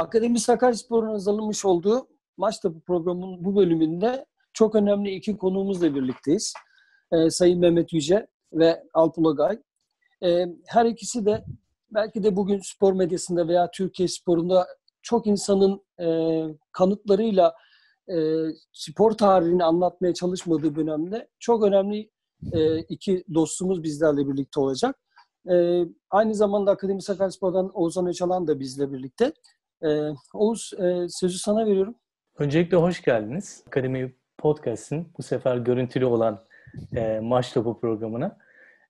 Akademi Sakaryaspor'un hazırlamış olduğu Maç Topu programının bu bölümünde çok önemli iki konuğumuzla birlikteyiz. Sayın Mehmet Yüce ve Alp Ulagay. Her ikisi de belki de bugün spor medyasında veya Türkiye sporunda çok insanın kanıtlarıyla spor tarihini anlatmaya çalışmadığı dönemde çok önemli iki dostumuz bizlerle birlikte olacak. Aynı zamanda Akademi Sakaryaspor'dan Oğuzhan Öcalan da bizle birlikte. Oğuz, sözü sana veriyorum. Öncelikle hoş geldiniz. Akademi Podcast'in bu sefer görüntülü olan Maç Topu programına.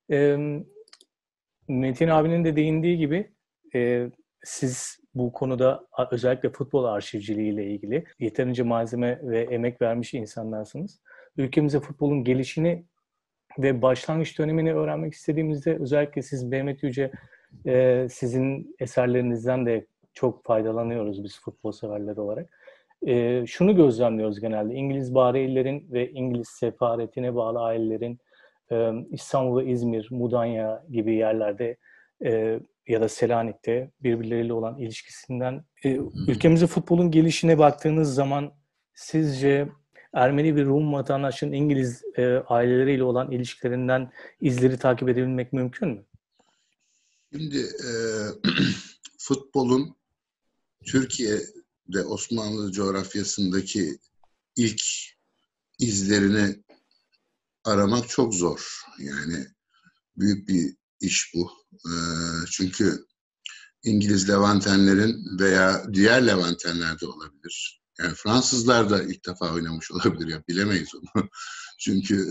Metin abinin de değindiği gibi siz bu konuda özellikle futbol arşivciliği ile ilgili yeterince malzeme ve emek vermiş insanlarsınız. Ülkemize futbolun gelişini ve başlangıç dönemini öğrenmek istediğimizde özellikle siz Mehmet Yüce, sizin eserlerinizden de çok faydalanıyoruz biz futbol severler olarak. Şunu gözlemliyoruz genelde. İngiliz Bahriyelilerin ve İngiliz sefaretine bağlı ailelerin İstanbul ve İzmir, Mudanya gibi yerlerde ya da Selanik'te birbirleriyle olan ilişkisinden ülkemize futbolun gelişine baktığınız zaman sizce Ermeni ve Rum vatandaşının İngiliz aileleriyle olan ilişkilerinden izleri takip edebilmek mümkün mü? Şimdi futbolun Türkiye'de Osmanlı coğrafyasındaki ilk izlerini aramak çok zor. Yani büyük bir iş bu. Çünkü İngiliz Levantenlerin veya diğer Levantenler de olabilir. Yani Fransızlar da ilk defa oynamış olabilir ya, bilemeyiz onu. Çünkü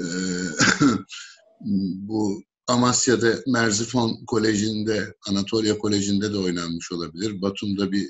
bu Amasya'da Merzifon Koleji'nde, Anatolia Koleji'nde de oynanmış olabilir. Batum'da bir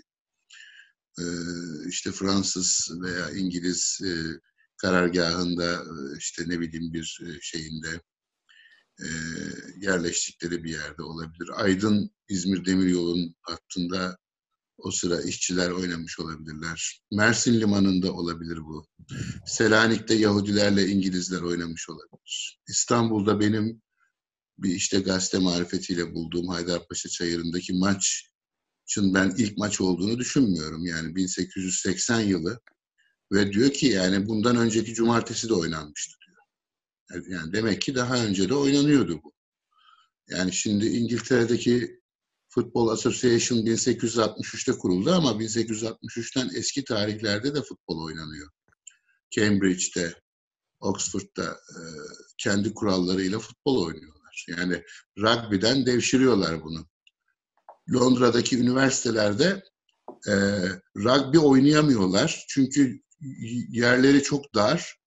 işte Fransız veya İngiliz karargahında işte ne bileyim bir şeyinde yerleştikleri bir yerde olabilir. Aydın İzmir Demiryolu'nun hattında o sıra işçiler oynamış olabilirler. Mersin Limanı'nda olabilir bu. Selanik'te Yahudilerle İngilizler oynamış olabilir. İstanbul'da benim bir işte gazete marifetiyle bulduğum Haydarpaşa Çayırı'ndaki maçın ben ilk maç olduğunu düşünmüyorum. Yani 1880 yılı ve diyor ki yani bundan önceki cumartesi de oynanmıştı diyor. Yani demek ki daha önce de oynanıyordu bu. Yani şimdi İngiltere'deki Football Association 1863'te kuruldu ama 1863'ten eski tarihlerde de futbol oynanıyor. Cambridge'de, Oxford'da kendi kurallarıyla futbol oynuyorlar. Yani rugby'den devşiriyorlar bunu. Londra'daki üniversitelerde rugby oynayamıyorlar. Çünkü yerleri çok dar.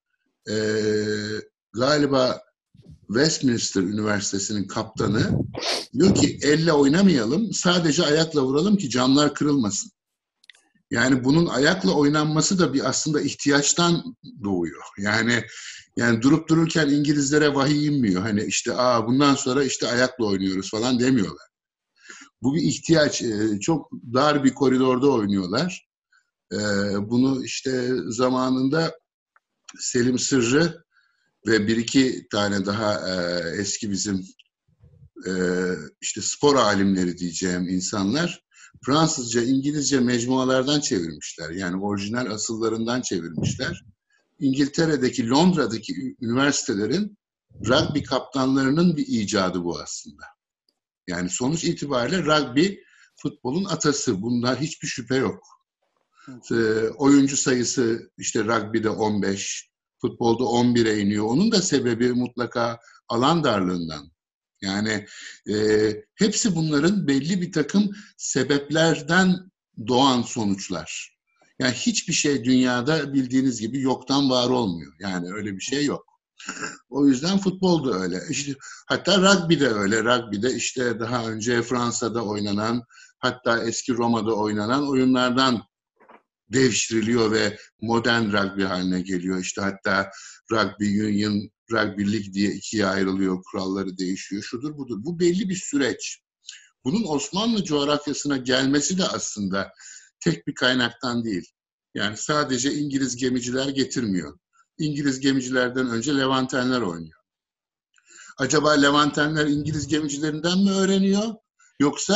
Galiba Westminster Üniversitesi'nin kaptanı diyor ki elle oynamayalım, sadece ayakla vuralım ki camlar kırılmasın. Yani bunun ayakla oynanması da bir aslında ihtiyaçtan doğuyor. Yani durup dururken İngilizlere vahiy inmiyor. Hani işte bundan sonra işte ayakla oynuyoruz falan demiyorlar. Bu bir ihtiyaç. Çok dar bir koridorda oynuyorlar. Bunu işte zamanında Selim Sırrı ve bir iki tane daha eski bizim işte spor alimleri diyeceğim insanlar Fransızca, İngilizce mecmualardan çevirmişler. Yani orijinal asıllarından çevirmişler. İngiltere'deki, Londra'daki üniversitelerin rugby kaptanlarının bir icadı bu aslında. Yani sonuç itibariyle rugby futbolun atası. Bunda hiçbir şüphe yok. Oyuncu sayısı işte rugby'de 15, futbolda 11'e iniyor. Onun da sebebi mutlaka alan darlığından. Yani hepsi bunların belli bir takım sebeplerden doğan sonuçlar. Yani hiçbir şey dünyada bildiğiniz gibi yoktan var olmuyor. Yani öyle bir şey yok. O yüzden futbol da öyle. İşte, hatta rugby de öyle. Rugby'de işte daha önce Fransa'da oynanan, hatta eski Roma'da oynanan oyunlardan devşiriliyor ve modern rugby haline geliyor. İşte hatta rugby union, rugby league diye ikiye ayrılıyor, kuralları değişiyor, şudur budur. Bu belli bir süreç. Bunun Osmanlı coğrafyasına gelmesi de aslında tek bir kaynaktan değil. Yani sadece İngiliz gemiciler getirmiyor. İngiliz gemicilerden önce Levantenler oynuyor. Acaba Levantenler İngiliz gemicilerinden mi öğreniyor? Yoksa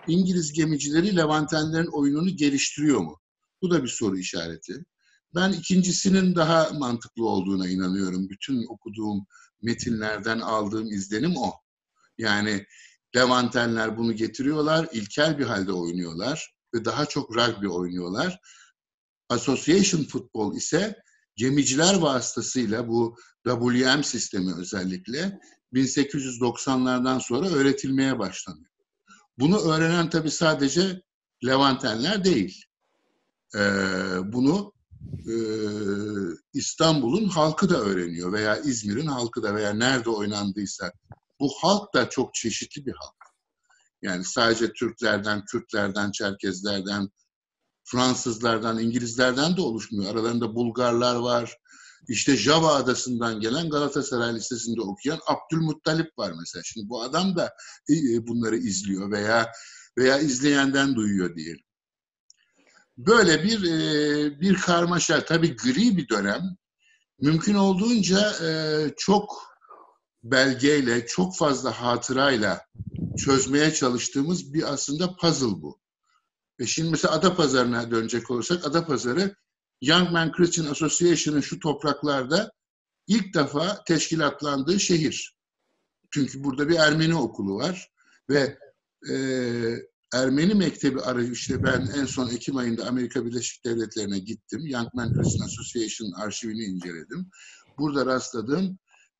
İngiliz gemicileri Levantenlerin oyununu geliştiriyor mu? Bu da bir soru işareti. Ben ikincisinin daha mantıklı olduğuna inanıyorum. Bütün okuduğum metinlerden aldığım izlenim o. Yani Levantenler bunu getiriyorlar, ilkel bir halde oynuyorlar ve daha çok rugby oynuyorlar. Association futbol ise gemiciler vasıtasıyla bu WM sistemi özellikle 1890'lardan sonra öğretilmeye başlanıyor. Bunu öğrenen tabii sadece Levantenler değil. Bunu İstanbul'un halkı da öğreniyor veya İzmir'in halkı da veya nerede oynandıysa. Bu halk da çok çeşitli bir halk. Yani sadece Türklerden, Kürtlerden, Çerkezlerden, Fransızlardan, İngilizlerden de oluşmuyor. Aralarında Bulgarlar var. İşte Java Adası'ndan gelen Galatasaray Lisesi'nde okuyan Abdülmuttalip var mesela. Şimdi bu adam da bunları izliyor veya izleyenden duyuyor diyelim. Böyle bir karmaşa, tabii gri bir dönem. Mümkün olduğunca çok belgeyle, çok fazla hatırayla çözmeye çalıştığımız bir aslında puzzle bu. Şimdi mesela Adapazarı'na dönecek olursak, Adapazarı Young Men Christian Association'ın şu topraklarda ilk defa teşkilatlandığı şehir. Çünkü burada bir Ermeni okulu var ve Ermeni mektebi arayışı, işte ben en son Ekim ayında Amerika Birleşik Devletleri'ne gittim. Young Men Christian Association'ın arşivini inceledim. Burada rastladığım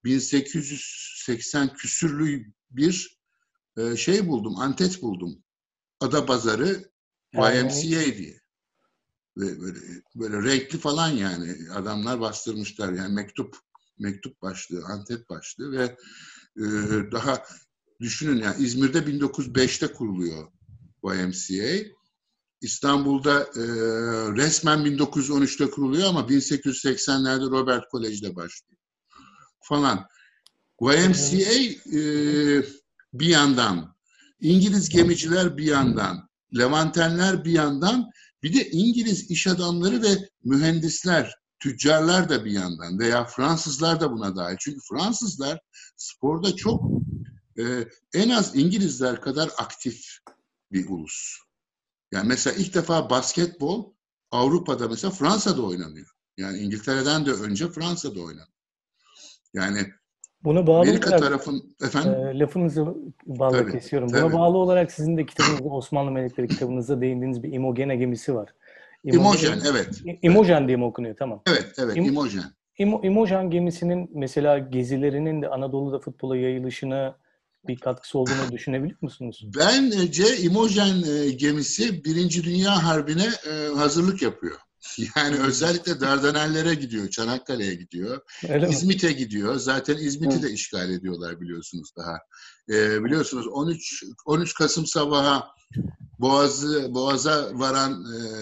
1880 küsürlü bir şey buldum, antet buldum. Adapazarı YMCA diye. Ve böyle renkli falan yani. Adamlar bastırmışlar yani mektup başlığı, antet başlığı ve daha düşünün yani İzmir'de 1905'te kuruluyor YMCA. İstanbul'da resmen 1913'te kuruluyor ama 1880'lerde Robert College'de başlıyor falan. YMCA bir yandan, İngiliz gemiciler bir yandan, Levantenler bir yandan, bir de İngiliz iş adamları ve mühendisler, tüccarlar da bir yandan veya Fransızlar da buna dahil. Çünkü Fransızlar sporda çok en az İngilizler kadar aktif bir ulus. Yani mesela ilk defa basketbol Avrupa'da mesela Fransa'da oynanıyor. Yani İngiltere'den de önce Fransa'da oynanıyor. Yani buna bağlı Amerika olarak, tarafın efendim lafınızı balla kesiyorum. Buna bağlı olarak sizin de kitabınızda, Osmanlı Melekleri kitabınızda değindiğiniz bir Imogene gemisi var. Imogen, evet. Imogen diye mi okunuyor? Tamam. Evet, Imogen. Imogen gemisinin mesela gezilerinin de Anadolu'da futbola yayılışına bir katkısı olduğunu düşünebiliyor musunuz? Bence Imogen gemisi Birinci Dünya Harbi'ne hazırlık yapıyor. Yani özellikle Dardanellere gidiyor, Çanakkale'ye gidiyor, İzmit'e gidiyor. Zaten İzmit'i de işgal ediyorlar biliyorsunuz daha. Biliyorsunuz 13 Kasım sabaha Boğaz'a varan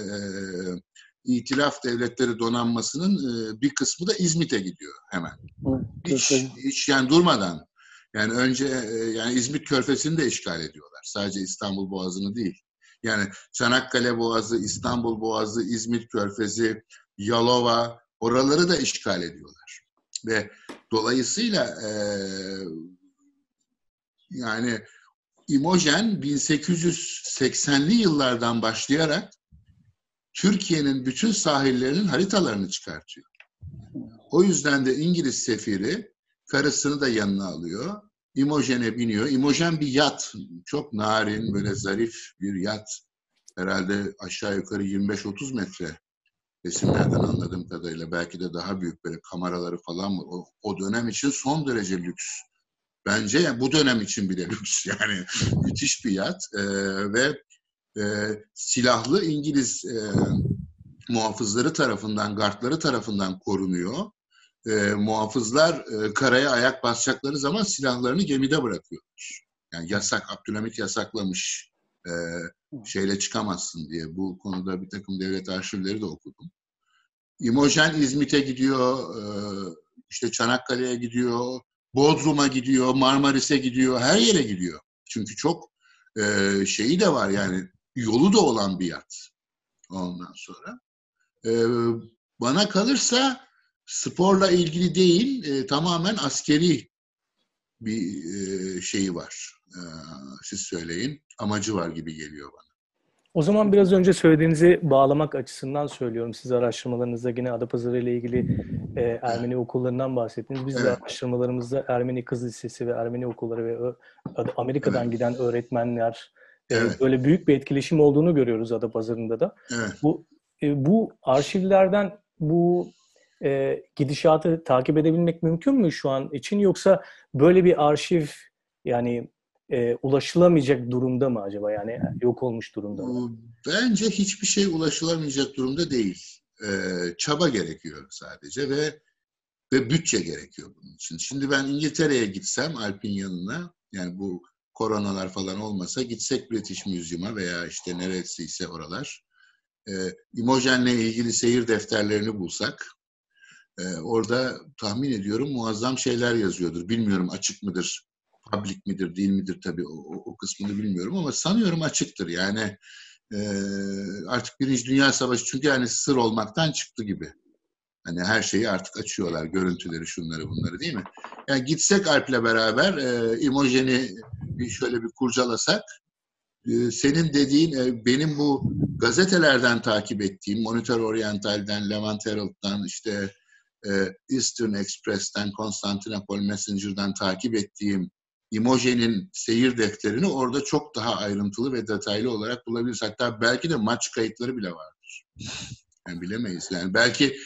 İtilaf Devletleri donanmasının bir kısmı da İzmit'e gidiyor hemen. Hiç yani durmadan. Yani önce yani İzmit Körfezi'ni de işgal ediyorlar. Sadece İstanbul Boğazı'nı değil. Yani Çanakkale Boğazı, İstanbul Boğazı, İzmit Körfezi, Yalova, oraları da işgal ediyorlar. Ve dolayısıyla yani Imogen 1880'li yıllardan başlayarak Türkiye'nin bütün sahillerinin haritalarını çıkartıyor. O yüzden de İngiliz sefiri karısını da yanına alıyor. Imogen'e biniyor. Imogen bir yat. Çok narin, böyle zarif bir yat. Herhalde aşağı yukarı 25-30 metre. Resimlerden anladığım kadarıyla. Belki de daha büyük böyle kameraları falan var. O dönem için son derece lüks. Bence yani bu dönem için bile lüks. Yani müthiş bir yat. Ve silahlı İngiliz muhafızları tarafından, gardları tarafından korunuyor. Muhafızlar karaya ayak basacakları zaman silahlarını gemide bırakıyorlar. Yani yasak, Abdülhamit yasaklamış. Şeyle çıkamazsın diye. Bu konuda bir takım devlet arşivleri de okudum. Imogen İzmit'e gidiyor, işte Çanakkale'ye gidiyor, Bodrum'a gidiyor, Marmaris'e gidiyor, her yere gidiyor. Çünkü çok şeyi de var yani, yolu da olan bir yat. Ondan sonra. Bana kalırsa sporla ilgili değil, tamamen askeri bir şeyi var. siz söyleyin, amacı var gibi geliyor bana. O zaman biraz önce söylediğinizi bağlamak açısından söylüyorum. Siz araştırmalarınızda yine Adapazarı ile ilgili Ermeni okullarından bahsettiniz. Biz de araştırmalarımızda Ermeni Kız Lisesi ve Ermeni okulları ve Amerika'dan giden öğretmenler böyle büyük bir etkileşim olduğunu görüyoruz Adapazarı'nda da. Evet. Bu arşivlerden bu gidişatı takip edebilmek mümkün mü şu an için, yoksa böyle bir arşiv yani ulaşılamayacak durumda mı acaba, yani yok olmuş durumda mı? Bence hiçbir şey ulaşılamayacak durumda değil. Çaba gerekiyor sadece ve bütçe gerekiyor bunun için. Şimdi ben İngiltere'ye gitsem Alp'in yanına, yani bu koronalar falan olmasa gitsek British Museum'a veya işte neresiyse oralar, Imogen'le ilgili seyir defterlerini bulsak, orada tahmin ediyorum muazzam şeyler yazıyordur. Bilmiyorum açık mıdır, public midir, değil midir tabii o kısmını bilmiyorum ama sanıyorum açıktır. Yani artık Birinci Dünya Savaşı çünkü yani sır olmaktan çıktı gibi. Hani her şeyi artık açıyorlar, görüntüleri, şunları bunları, değil mi? Yani gitsek Alp'le beraber Imogen'i şöyle bir kurcalasak, senin dediğin benim bu gazetelerden takip ettiğim, Monitor Oriental'den, Levant Herald'dan, işte Eastern Express'ten, Constantinople Messenger'dan takip ettiğim Imogen'in seyir defterini orada çok daha ayrıntılı ve detaylı olarak bulabiliriz. Hatta belki de maç kayıtları bile vardır. Yani bilemeyiz. Yani belki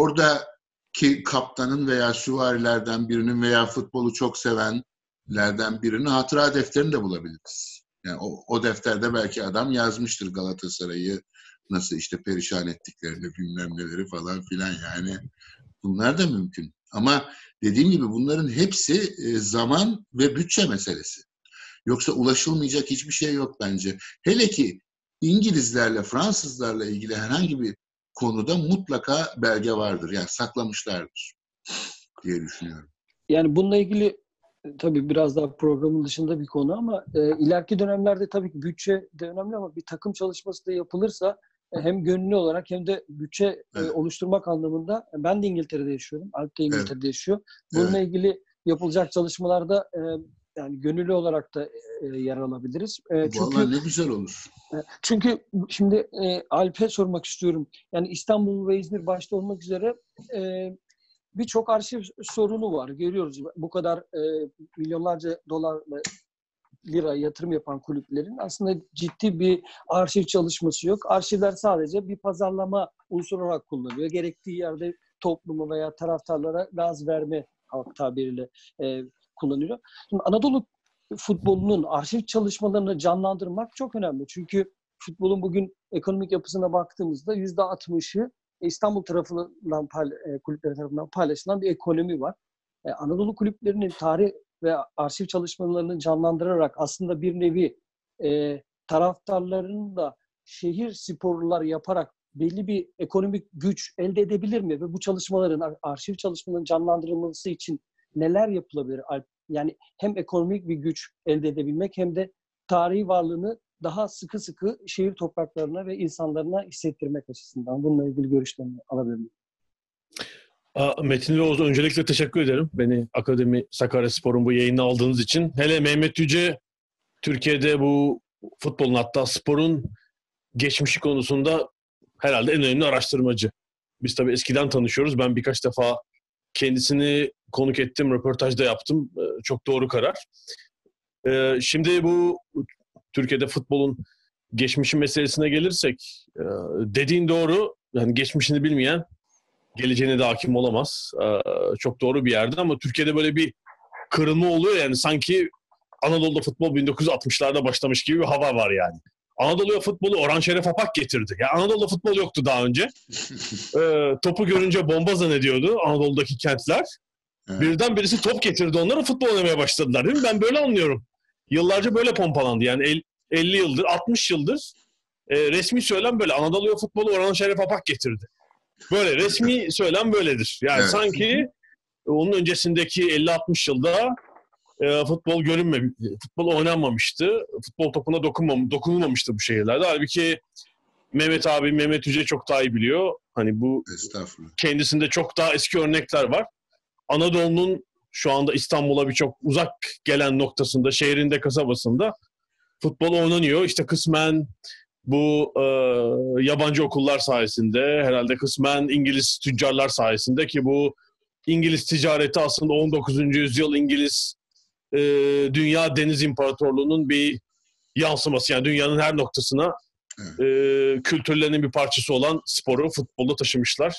oradaki kaptanın veya süvarilerden birinin veya futbolu çok sevenlerden birinin hatıra defterini de bulabiliriz. Yani o defterde belki adam yazmıştır Galatasaray'ı nasıl işte perişan ettiklerini, bilmem neleri falan filan, yani bunlar da mümkün. Ama dediğim gibi bunların hepsi zaman ve bütçe meselesi. Yoksa ulaşılmayacak hiçbir şey yok bence. Hele ki İngilizlerle, Fransızlarla ilgili herhangi bir konuda mutlaka belge vardır. Yani saklamışlardır diye düşünüyorum. Yani bununla ilgili tabii biraz daha programın dışında bir konu ama ileriki dönemlerde tabii ki bütçe de önemli ama bir takım çalışması da yapılırsa hem gönüllü olarak hem de bütçe oluşturmak anlamında, ben de İngiltere'de yaşıyorum. Alp de İngiltere'de yaşıyor. Bununla ilgili yapılacak çalışmalarda yani gönüllü olarak da yer alabiliriz. Vallahi ne güzel olur. Çünkü şimdi Alp'e sormak istiyorum. Yani İstanbul ve İzmir başta olmak üzere birçok arşiv sorunu var. Görüyoruz bu kadar milyonlarca dolar ve lira yatırım yapan kulüplerin aslında ciddi bir arşiv çalışması yok. Arşivler sadece bir pazarlama unsuru olarak kullanılıyor. Gerektiği yerde toplumu veya taraftarlara gaz verme halk tabiriyle kullanılıyor. Şimdi Anadolu futbolunun arşiv çalışmalarını canlandırmak çok önemli. Çünkü futbolun bugün ekonomik yapısına baktığımızda %60'ı İstanbul tarafından kulüpleri tarafından paylaşılan bir ekonomi var. Anadolu kulüplerinin tarih ve arşiv çalışmalarını canlandırarak aslında bir nevi taraftarlarının da şehir sporlar yaparak belli bir ekonomik güç elde edebilir mi? Ve bu çalışmaların, arşiv çalışmalarının canlandırılması için neler yapılabilir? Yani hem ekonomik bir güç elde edebilmek hem de tarihi varlığını daha sıkı sıkı şehir topraklarına ve insanlarına hissettirmek açısından. Bununla ilgili görüşlerini alabilir miyim? Metin ve Oğuz, öncelikle teşekkür ederim. Beni Akademi Sakaryaspor'un bu yayını aldığınız için. Hele Mehmet Yüce, Türkiye'de bu futbolun, hatta sporun geçmişi konusunda herhalde en önemli araştırmacı. Biz tabii eskiden tanışıyoruz. Ben birkaç defa kendisini konuk ettim, röportajda yaptım. Çok doğru karar. Şimdi bu Türkiye'de futbolun geçmişi meselesine gelirsek, dediğin doğru. Yani geçmişini bilmeyen geleceğine de hakim olamaz. Çok doğru bir yerde ama Türkiye'de böyle bir kırılma oluyor, yani sanki Anadolu'da futbol 1960'larda başlamış gibi bir hava var yani. Anadolu'ya futbolu Orhan Şeref Apak getirdi. Yani Anadolu'da futbol yoktu daha önce. Topu görünce bomba zannediyordu Anadolu'daki kentler. Birden birisi top getirdi, onlara futbol oynamaya başladılar, değil mi? Ben böyle anlıyorum. Yıllarca böyle pompalandı yani 50 yıldır, 60 yıldır resmi söylem böyle. Anadolu'ya futbolu Orhan Şeref Apak getirdi. Böyle resmi söylem böyledir. Yani evet. Sanki onun öncesindeki 50-60 yılda futbol futbol oynanmamıştı. Futbol topuna dokunulmamıştı bu şehirlerde. Halbuki Mehmet Yüce çok daha iyi biliyor. Hani bu kendisinde çok daha eski örnekler var. Anadolu'nun şu anda İstanbul'a birçok uzak gelen noktasında, şehrinde, kasabasında futbol oynanıyor. İşte kısmen bu yabancı okullar sayesinde, herhalde kısmen İngiliz tüccarlar sayesinde, ki bu İngiliz ticareti aslında 19. yüzyıl İngiliz dünya deniz imparatorluğunun bir yansıması. Yani dünyanın her noktasına kültürlerinin bir parçası olan sporu, futbolu taşımışlar.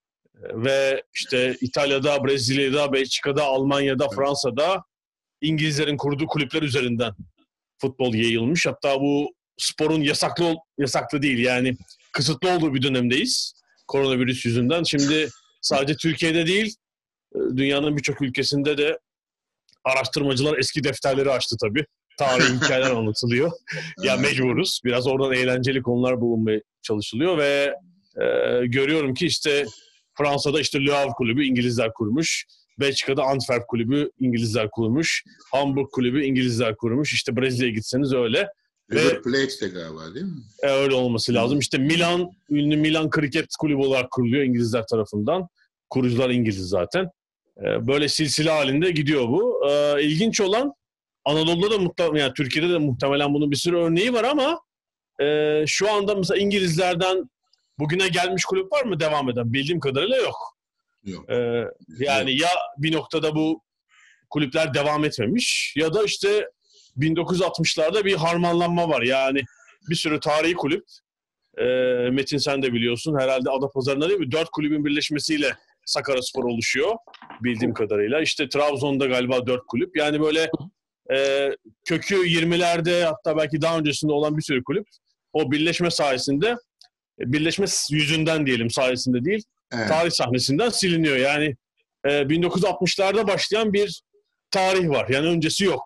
Ve işte İtalya'da, Brezilya'da, Belçika'da, Almanya'da, Fransa'da İngilizlerin kurduğu kulüpler üzerinden futbol yayılmış. Hatta bu sporun yasaklı değil, yani kısıtlı olduğu bir dönemdeyiz koronavirüs yüzünden. Şimdi sadece Türkiye'de değil, dünyanın birçok ülkesinde de araştırmacılar eski defterleri açtı tabii. Tarihi hikayeler anlatılıyor. Ya mecburuz. Biraz oradan eğlenceli konular bulunmaya çalışılıyor ve görüyorum ki işte Fransa'da işte Le Havre kulübü İngilizler kurmuş. Belçika'da Antwerp kulübü İngilizler kurmuş. Hamburg kulübü İngilizler kurmuş. İşte Brezilya'ya gitseniz öyle. River Plate de galiba değil mi? Öyle olması lazım. İşte Milan, ünlü Milan Kriket Kulübü olarak kuruluyor İngilizler tarafından. Kurucular İngiliz zaten. Böyle silsile halinde gidiyor bu. İlginç olan, Anadolu'da da yani Türkiye'de de muhtemelen bunun bir sürü örneği var ama şu anda mesela İngilizlerden bugüne gelmiş kulüp var mı devam eden? Bildiğim kadarıyla yok. Yok. Yani ya bir noktada bu kulüpler devam etmemiş ya da işte 1960'larda bir harmanlanma var. Yani bir sürü tarihi kulüp, Metin sen de biliyorsun herhalde Adapazarı'nda değil mi? 4 kulübün birleşmesiyle Sakaryaspor oluşuyor bildiğim kadarıyla. İşte Trabzon'da galiba 4 kulüp. Yani böyle kökü 20'lerde hatta belki daha öncesinde olan bir sürü kulüp o birleşme sayesinde, birleşme yüzünden diyelim, sayesinde değil, Evet. tarih sahnesinden siliniyor. Yani 1960'larda başlayan bir tarih var. Yani öncesi yok.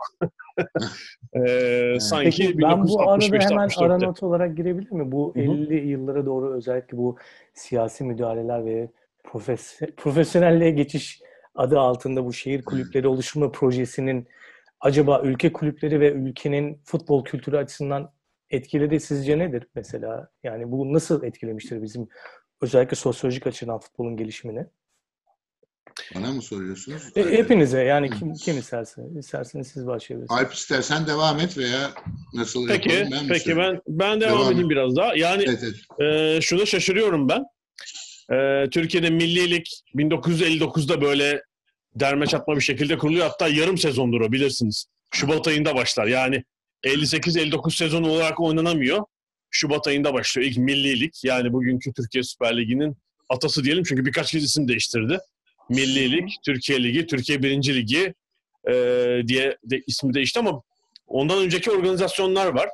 Sanki Peki ben bu arada 1965'te, hemen 64'te. ara not olarak girebilir mi? Bu 50 yıllara doğru özellikle bu siyasi müdahaleler ve profesyonelliğe geçiş adı altında bu şehir kulüpleri oluşturma projesinin acaba ülke kulüpleri ve ülkenin futbol kültürü açısından etkileri sizce nedir mesela? Yani bu nasıl etkilemiştir bizim özellikle sosyolojik açıdan futbolun gelişimini? Bana mı soruyorsunuz? Hepinize yani kim isterseniz siz başlayabilirsiniz. Alp istersen devam et veya nasıl Peki, yapalım ben devam edeyim biraz daha. Yani Evet. şunu şaşırıyorum ben. Türkiye'de millilik 1959'da böyle derme çatma bir şekilde kuruluyor. Hatta yarım sezondur o, bilirsiniz. Şubat ayında başlar. Yani 58-59 sezonu olarak oynanamıyor. Şubat ayında başlıyor ilk millilik. Yani bugünkü Türkiye Süper Ligi'nin atası diyelim. Çünkü birkaç kez isim değiştirdi. Millilik, Türkiye Ligi, Türkiye 1. Ligi diye de ismi değişti ama ondan önceki organizasyonlar var.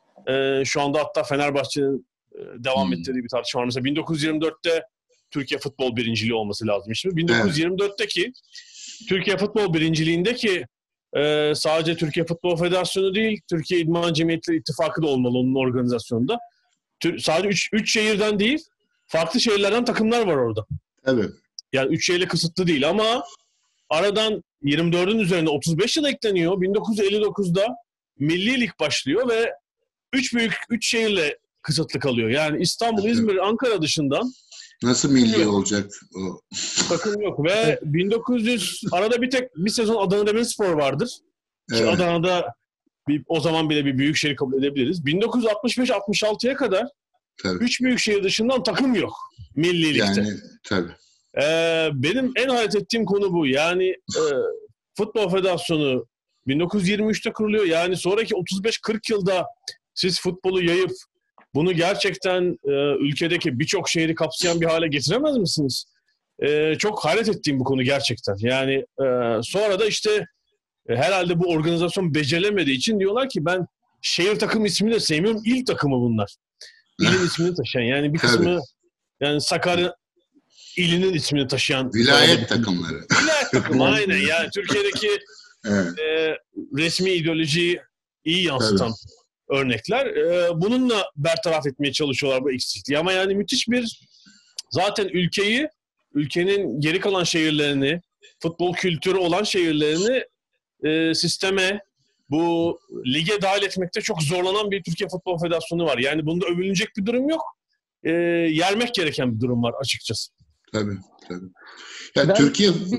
Şu anda hatta Fenerbahçe'nin devam ettirdiği bir tartışma var. Mesela 1924'te Türkiye Futbol Birinciliği olması lazım şimdi. 1924'teki Türkiye Futbol Birinciliğindeki sadece Türkiye Futbol Federasyonu değil, Türkiye İdman Cemiyetleri İttifakı da olmalı onun organizasyonunda. Sadece 3 şehirden değil, farklı şehirlerden takımlar var orada. Evet. Yani 3 şehirle kısıtlı değil ama aradan 24'ün üzerinde 35 yıl ekleniyor. 1959'da Milli Lig başlıyor ve 3 şehirle kısıtlı kalıyor. Yani İstanbul, İzmir, Ankara dışından nasıl milli olacak o? Takım yok ve 1900 arada bir sezon Adana Demirspor vardır. Ki Evet. Adana'da o zaman bile bir büyük şehir kabul edebiliriz. 1965-66'ya kadar Tabii. 3 büyük şehir dışından takım yok Milli Lig'de. Yani tabii. Benim en hayret ettiğim konu bu. Yani Futbol Federasyonu 1923'te kuruluyor. Yani sonraki 35-40 yılda siz futbolu yayıp bunu gerçekten ülkedeki birçok şehri kapsayan bir hale getiremez misiniz? Çok hayret ettiğim bu konu gerçekten. Yani sonra da işte herhalde bu organizasyon beceремediği için diyorlar ki ben şehir takımı ismini de sevmiyorum. İl takımı bunlar. İlin ismini taşıyan. Yani bir kısmı yani Sakarya ilinin ismini taşıyan. Vilayet takımları. Vilayet takımı aynen. Yani Türkiye'deki resmi ideolojiyi iyi yansıtan örnekler. Bununla bertaraf etmeye çalışıyorlar bu eksikliği. Ama yani müthiş bir zaten ülkenin geri kalan şehirlerini, futbol kültürü olan şehirlerini sisteme, bu lige dahil etmekte çok zorlanan bir Türkiye Futbol Federasyonu var. Yani bunda övünecek bir durum yok. Yermek gereken bir durum var açıkçası. Tabii. Ya Türkiye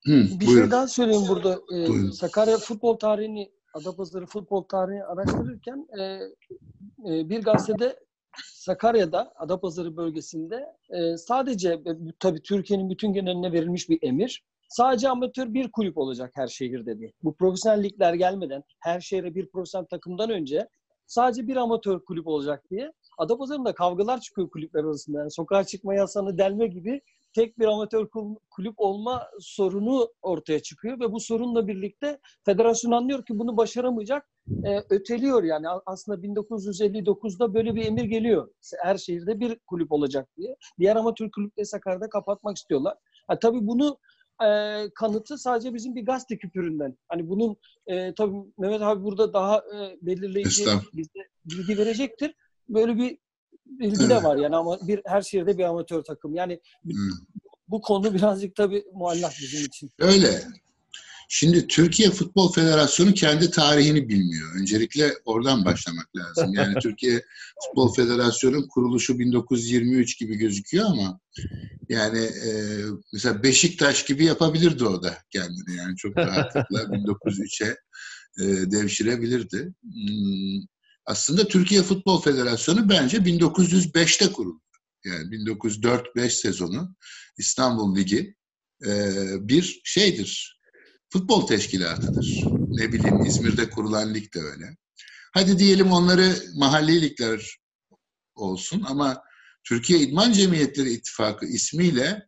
Bir buyurun. şey daha söyleyeyim burada. Buyurun. Sakarya futbol tarihini, Adapazarı futbol tarihini araştırırken bir gazetede Sakarya'da, Adapazarı bölgesinde sadece, tabii Türkiye'nin bütün geneline verilmiş bir emir, sadece amatör bir kulüp olacak her şehirde diye. Bu profesyonel ligler gelmeden, her şehre bir profesyonel takımdan önce sadece bir amatör kulüp olacak diye. Adapazarı'nda kavgalar çıkıyor kulüpler arasında. Yani sokağa çıkma yasağını delme gibi tek bir amatör kulüp olma sorunu ortaya çıkıyor ve bu sorunla birlikte federasyon anlıyor ki bunu başaramayacak, öteliyor yani. Aslında 1959'da böyle bir emir geliyor. Her şehirde bir kulüp olacak diye. Diğer amatör kulüpleri Sakarya'da kapatmak istiyorlar. Tabii bunu kanıtı sadece bizim bir gazete küpüründen. Hani bunun tabii Mehmet abi burada daha belirleyici bize bilgi verecektir. Böyle bir bilgi de var yani, ama her şehirde bir amatör takım. Yani bu konu birazcık tabii muallak bizim için. Öyle. Şimdi Türkiye Futbol Federasyonu kendi tarihini bilmiyor. Öncelikle oradan başlamak lazım. Yani Türkiye Futbol Federasyonu'nun kuruluşu 1923 gibi gözüküyor ama yani mesela Beşiktaş gibi yapabilirdi o da kendini. Yani çok rahatlıkla 1903'e devşirebilirdi. Aslında Türkiye Futbol Federasyonu bence 1905'te kuruldu. Yani 1904-5 sezonu İstanbul Ligi bir şeydir. Futbol teşkilatıdır. Ne bileyim, İzmir'de kurulan lig de öyle. Hadi diyelim onları mahalli ligler olsun ama Türkiye İdman Cemiyetleri İttifakı ismiyle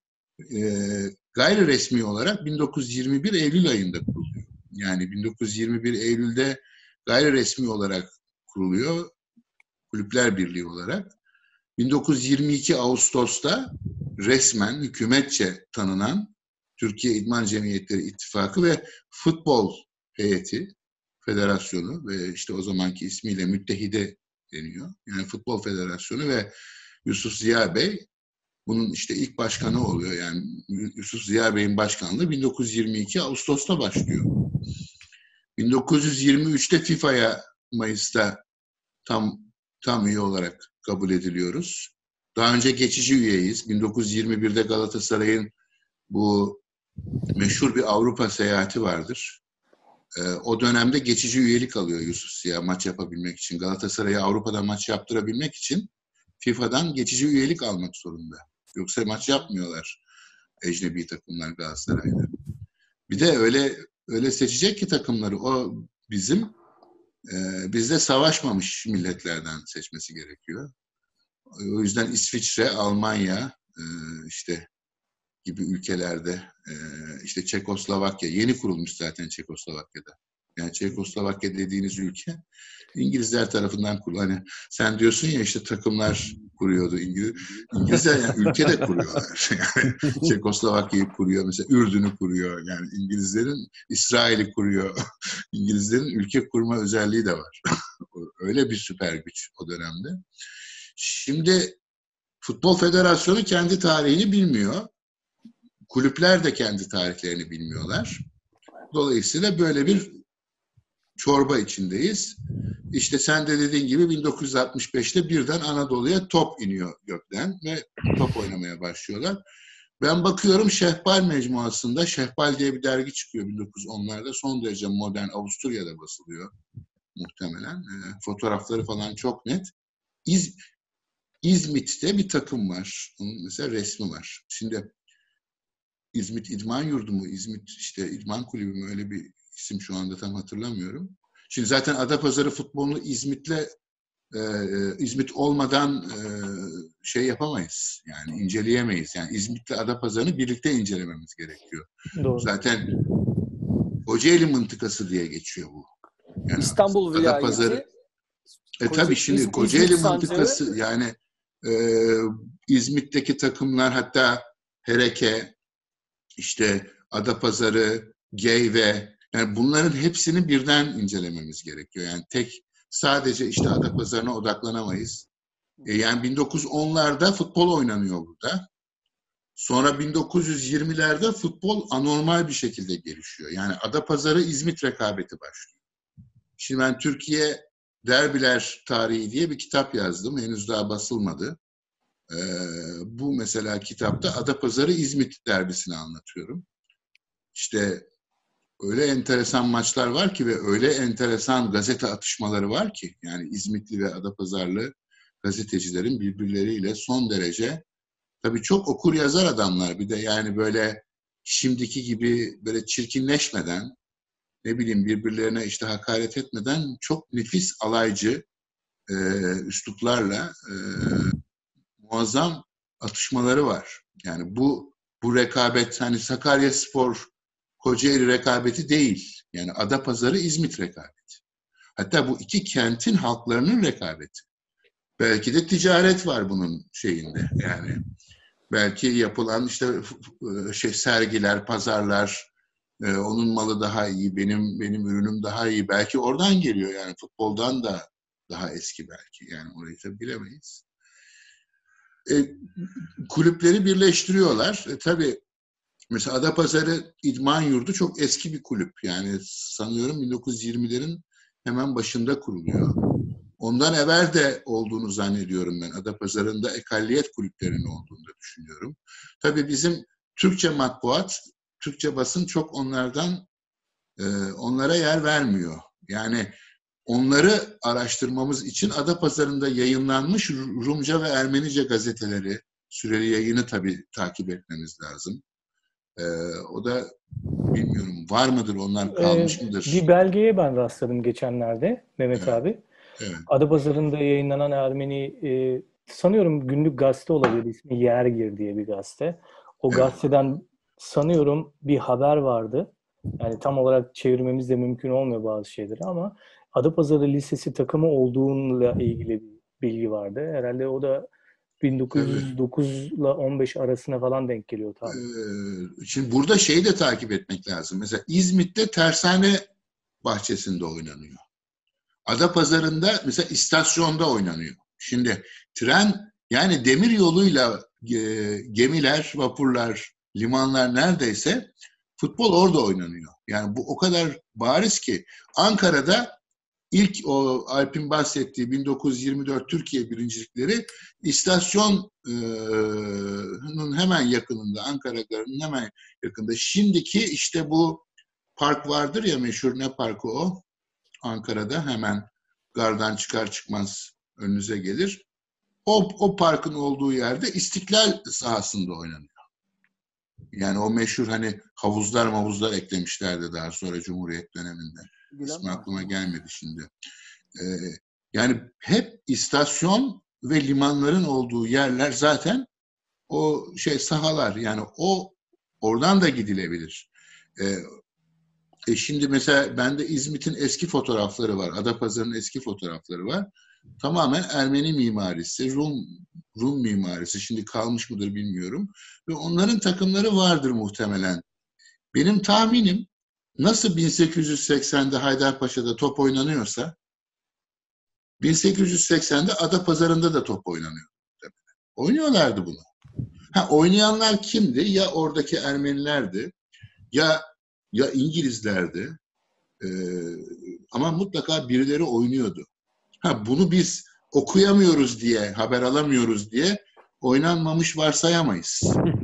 gayri resmi olarak 1921 Eylül ayında kuruluyor. Yani 1921 Eylül'de gayri resmi olarak kuruluyor, Kulüpler Birliği olarak. 1922 Ağustos'ta resmen hükümetçe tanınan Türkiye İdman Cemiyetleri İttifakı ve Futbol Heyeti, Federasyonu ve işte o zamanki ismiyle Müttehide deniyor. Yani Futbol Federasyonu ve Yusuf Ziya Bey bunun işte ilk başkanı oluyor. Yani Yusuf Ziya Bey'in başkanlığı 1922 Ağustos'ta başlıyor. 1923'te FIFA'ya Mayıs'ta tam üye olarak kabul ediliyoruz. Daha önce geçici üyeyiz. 1921'de Galatasaray'ın bu meşhur bir Avrupa seyahati vardır. O dönemde geçici üyelik alıyor Yusuf Ziya maç yapabilmek için. Galatasaray'a Avrupa'da maç yaptırabilmek için FIFA'dan geçici üyelik almak zorunda. Yoksa maç yapmıyorlar ecnebi takımlar Galatasaray'da. Bir de öyle seçecek ki takımları, o bizde savaşmamış milletlerden seçmesi gerekiyor. O yüzden İsviçre, Almanya işte gibi ülkelerde, işte Çekoslovakya, yeni kurulmuş zaten Çekoslovakya'da. Yani Çekoslovakya dediğiniz ülke İngilizler tarafından kurulu. Hani sen diyorsun ya işte takımlar kuruyordu İngilizler, yani ülke de kuruyorlar. Yani Çekoslovakya'yı kuruyor, mesela Ürdün'ü kuruyor. Yani İngilizlerin İsrail'i kuruyor. İngilizlerin ülke kurma özelliği de var. Öyle bir süper güç o dönemde. Şimdi Futbol Federasyonu kendi tarihini bilmiyor. Kulüpler de kendi tarihlerini bilmiyorlar. Dolayısıyla böyle bir çorba içindeyiz. İşte sen de dediğin gibi 1965'te birden Anadolu'ya top iniyor gökten ve top oynamaya başlıyorlar. Ben bakıyorum Şehbal Mecmuası'nda, Şehbal diye bir dergi çıkıyor 1910'larda. Son derece modern, Avusturya'da basılıyor muhtemelen. Fotoğrafları falan çok net. İzmit'te bir takım var. Onun mesela resmi var. Şimdi İzmit İdman Yurdu mu? İzmit işte İdman Kulübü mü? Öyle bir isim şu anda tam hatırlamıyorum. Şimdi zaten Adapazarı futbolunu İzmit olmadan şey yapamayız. Yani inceleyemeyiz. Yani İzmit'le Adapazarı'nı birlikte incelememiz gerekiyor. Doğru. Zaten Kocaeli mıntıkası diye geçiyor bu. Yani İstanbul vilayeti. Tabii şimdi Kocaeli mıntıkası yani İzmit'teki takımlar, hatta Hereke, işte Adapazarı, Geyve, yani bunların hepsini birden incelememiz gerekiyor. Yani sadece işte Adapazarı'na odaklanamayız. Yani 1910'larda futbol oynanıyor burada. Sonra 1920'lerde futbol anormal bir şekilde gelişiyor. Yani Adapazarı-İzmit rekabeti başlıyor. Şimdi ben Türkiye Derbiler Tarihi diye bir kitap yazdım. Henüz daha basılmadı. Bu mesela kitapta Adapazarı-İzmit derbisini anlatıyorum. işte öyle enteresan maçlar var ki ve öyle enteresan gazete atışmaları var ki, yani İzmitli ve Adapazarlı gazetecilerin birbirleriyle son derece, tabii çok okur yazar adamlar, bir de yani böyle şimdiki gibi böyle çirkinleşmeden, ne bileyim birbirlerine işte hakaret etmeden çok nefis alaycı üsluplarla muazzam atışmaları var. Yani bu rekabet hani Sakaryaspor Kocaeli rekabeti değil. Yani Adapazarı İzmit rekabeti. Hatta bu iki kentin halklarının rekabeti. Belki de ticaret var bunun şeyinde. Yani belki yapılan işte sergiler, pazarlar, onun malı daha iyi, benim ürünüm daha iyi. Belki oradan geliyor, yani futboldan da daha eski belki. Yani orayı tabii bilemeyiz. Kulüpleri birleştiriyorlar. Tabii mesela Adapazarı İdman Yurdu çok eski bir kulüp. Yani sanıyorum 1920'lerin hemen başında kuruluyor. Ondan evvel de olduğunu zannediyorum ben. Adapazarı'nda ekalliyet kulüplerinin olduğunu da düşünüyorum. Tabii bizim Türkçe matbuat, Türkçe basın çok onlara yer vermiyor. Yani onları araştırmamız için Adapazarı'nda yayınlanmış Rumca ve Ermenice gazeteleri, süreli yayını tabii takip etmemiz lazım. O da bilmiyorum, var mıdır, onlar kalmış mıdır? Bir belgeye ben rastladım geçenlerde Mehmet Evet. abi. Evet. Adapazarı'nda yayınlanan Ermeni sanıyorum günlük gazete olabilir, ismi Yergir diye bir gazete. O Evet. gazeteden sanıyorum bir haber vardı. Yani tam olarak çevirmemiz de mümkün olmuyor bazı şeyleri ama Adapazarı Lisesi takımı olduğuyla ilgili bir bilgi vardı. Herhalde o da 1909 ile 15 arasına falan denk geliyor tabii. Şimdi burada şeyi de takip etmek lazım. Mesela İzmit'te Tersane bahçesinde oynanıyor. Adapazarı'nda mesela istasyonda oynanıyor. Şimdi tren, yani demir yoluyla gemiler, vapurlar, limanlar neredeyse, futbol orada oynanıyor. Yani bu o kadar bariz ki Ankara'da ilk o Alp'in bahsettiği 1924 Türkiye birincilikleri istasyonun hemen yakınında, Ankara Garı'nın hemen yakında. Şimdiki işte bu park vardır ya, meşhur, ne parkı o? Ankara'da hemen gardan çıkar çıkmaz önünüze gelir. O parkın olduğu yerde İstiklal sahasında oynanıyor. Yani o meşhur hani havuzlar eklemişlerdi daha sonra Cumhuriyet döneminde. İsmi aklıma gelmedi şimdi. Yani hep istasyon ve limanların olduğu yerler zaten o sahalar. Yani oradan da gidilebilir. Şimdi mesela bende İzmit'in eski fotoğrafları var. Adapazarı'nın eski fotoğrafları var. Tamamen Ermeni mimarisi, Rum mimarisi. Şimdi kalmış mıdır bilmiyorum. Ve onların takımları vardır muhtemelen. Benim tahminim, nasıl 1880'de Haydarpaşa'da top oynanıyorsa 1880'de Adapazarı'nda da top oynanıyor. Oynuyorlardı bunu. Oynayanlar kimdi? Ya oradaki Ermenilerdi, ya İngilizlerdi. Ama mutlaka birileri oynuyordu. Bunu biz okuyamıyoruz diye, haber alamıyoruz diye oynanmamış varsayamayız.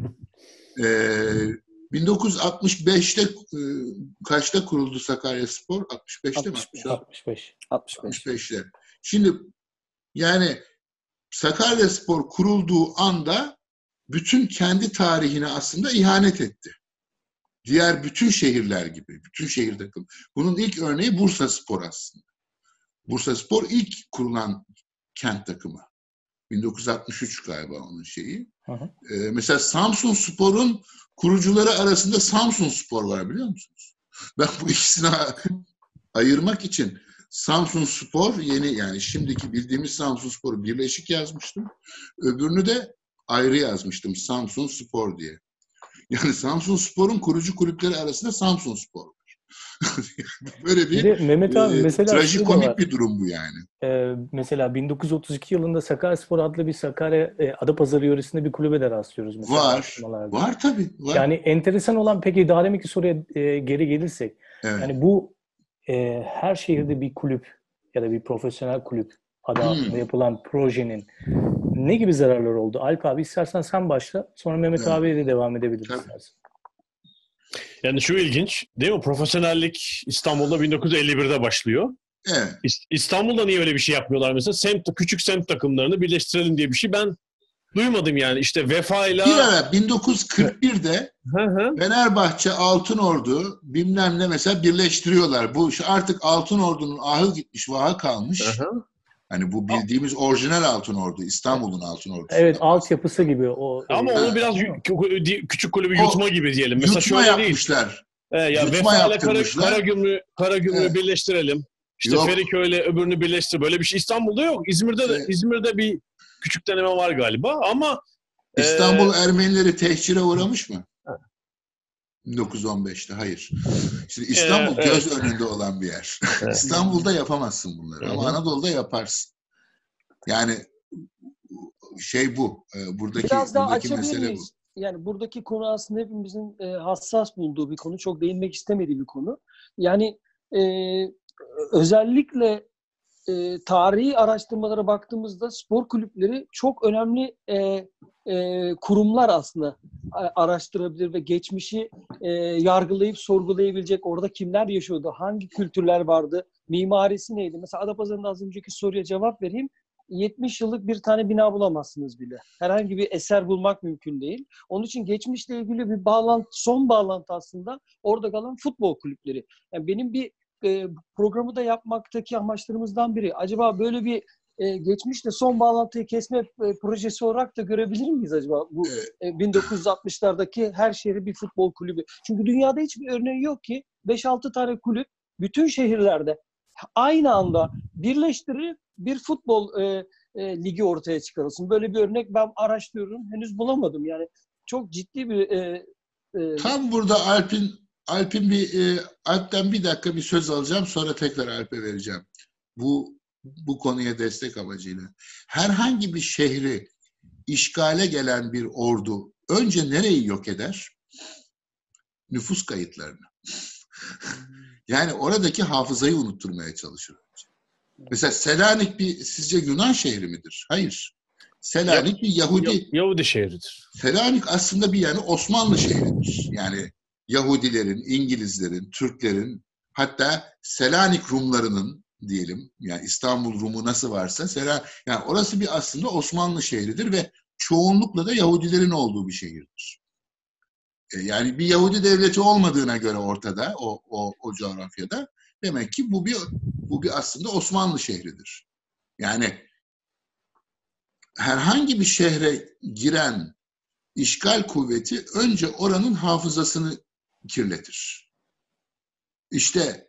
1965'te kaçta kuruldu Sakaryaspor? 65'te mi? 65. 65'te. Şimdi yani Sakaryaspor kurulduğu anda bütün kendi tarihine aslında ihanet etti. Diğer bütün şehirler gibi, bütün şehir takım. Bunun ilk örneği Bursaspor aslında. Bursaspor ilk kurulan kent takımı. 1963 galiba onun şeyi. Mesela Samsunspor'un kurucuları arasında Samsunspor var, biliyor musunuz? Ben bu ikisini ayırmak için Samsunspor, yeni, yani şimdiki bildiğimiz Samsunspor'u birleşik yazmıştım. Öbürünü de ayrı yazmıştım, Samsunspor diye. Yani Samsunspor'un kurucu kulüpleri arasında Samsunspor var. Böyle bir Mehmet abi, mesela trajikomik bir durum bu yani. Mesela 1932 yılında Sakaryaspor adlı bir Sakarya Adapazarı yöresinde bir kulübe de rastlıyoruz mesela. Var tabii. Var. Yani enteresan olan, peki daha deminki soruya geri gelirsek. Evet. Yani bu her şehirde bir kulüp ya da bir profesyonel kulüp adı altında yapılan projenin ne gibi zararları oldu? Alp abi, istersen sen başla. Sonra Mehmet abiye de devam edebiliriz istersen. Yani şu ilginç değil mi? Profesyonellik İstanbul'da 1951'de başlıyor. Evet. İstanbul'da niye öyle bir şey yapmıyorlar mesela? Küçük semt takımlarını birleştirelim diye bir şey ben duymadım yani. İşte Vefa'yla... Bir ara 1941'de Fenerbahçe, Altınordu bilmem ne mesela birleştiriyorlar. Bu artık Altınordu'nun ahı gitmiş, vahı kalmış. Hani bu bildiğimiz orijinal Altınordu, İstanbul'un Altınordu'su. Evet, altyapısı gibi o. Ama onu biraz küçük kulübü yutma gibi diyelim. Mesela Yutma şöyle yapmışlar. değil. Ya Yutma Vefa ile yaptırmışlar. Karagümrük'ü birleştirelim. İşte Yok. Feriköy'le öbürünü birleştir. Böyle bir şey İstanbul'da yok. İzmir'de bir küçük deneme var galiba ama İstanbul Ermenileri tehcire uğramış mı? 1915'te hayır. Şimdi İstanbul göz önünde olan bir yer. İstanbul'da yapamazsın bunları ama Anadolu'da yaparsın. Yani bu. Buradaki mesele bu. Yani buradaki konu aslında hepimizin hassas bulduğu bir konu. Çok değinmek istemediği bir konu. Yani özellikle tarihi araştırmalara baktığımızda spor kulüpleri çok önemli kurumlar aslında araştırabilir ve geçmişi yargılayıp sorgulayabilecek, orada kimler yaşıyordu, hangi kültürler vardı, mimarisi neydi? Mesela Adapazarı'nda az önceki soruya cevap vereyim. 70 yıllık bir tane bina bulamazsınız bile. Herhangi bir eser bulmak mümkün değil. Onun için geçmişle ilgili bir son bağlantı aslında orada kalan futbol kulüpleri. Yani benim bir programı da yapmaktaki amaçlarımızdan biri. Acaba böyle bir geçmişle son bağlantıyı kesme projesi olarak da görebilir miyiz acaba? Bu 1960'lardaki her şehri bir futbol kulübü. Çünkü dünyada hiçbir örneği yok ki 5-6 tane kulüp bütün şehirlerde aynı anda birleştirir bir futbol ligi ortaya çıkarılsın. Böyle bir örnek ben araştırıyorum. Henüz bulamadım. Yani çok ciddi bir tam burada Alp'ten bir dakika bir söz alacağım, sonra tekrar Alp'e vereceğim. Bu konuya destek amacıyla. Herhangi bir şehri işgale gelen bir ordu önce nereyi yok eder? Nüfus kayıtlarını. Yani oradaki hafızayı unutturmaya çalışır. Mesela Selanik sizce Yunan şehri midir? Hayır. Selanik bir Yahudi şehridir. Selanik aslında bir Osmanlı şehridir. Yani Yahudilerin, İngilizlerin, Türklerin, hatta Selanik Rumlarının diyelim, yani İstanbul Rumu nasıl varsa yani orası bir aslında Osmanlı şehridir ve çoğunlukla da Yahudilerin olduğu bir şehirdir. Yani bir Yahudi devleti olmadığına göre ortada o coğrafyada demek ki bu bir aslında Osmanlı şehridir. Yani herhangi bir şehre giren işgal kuvveti önce oranın hafızasını kirletir. İşte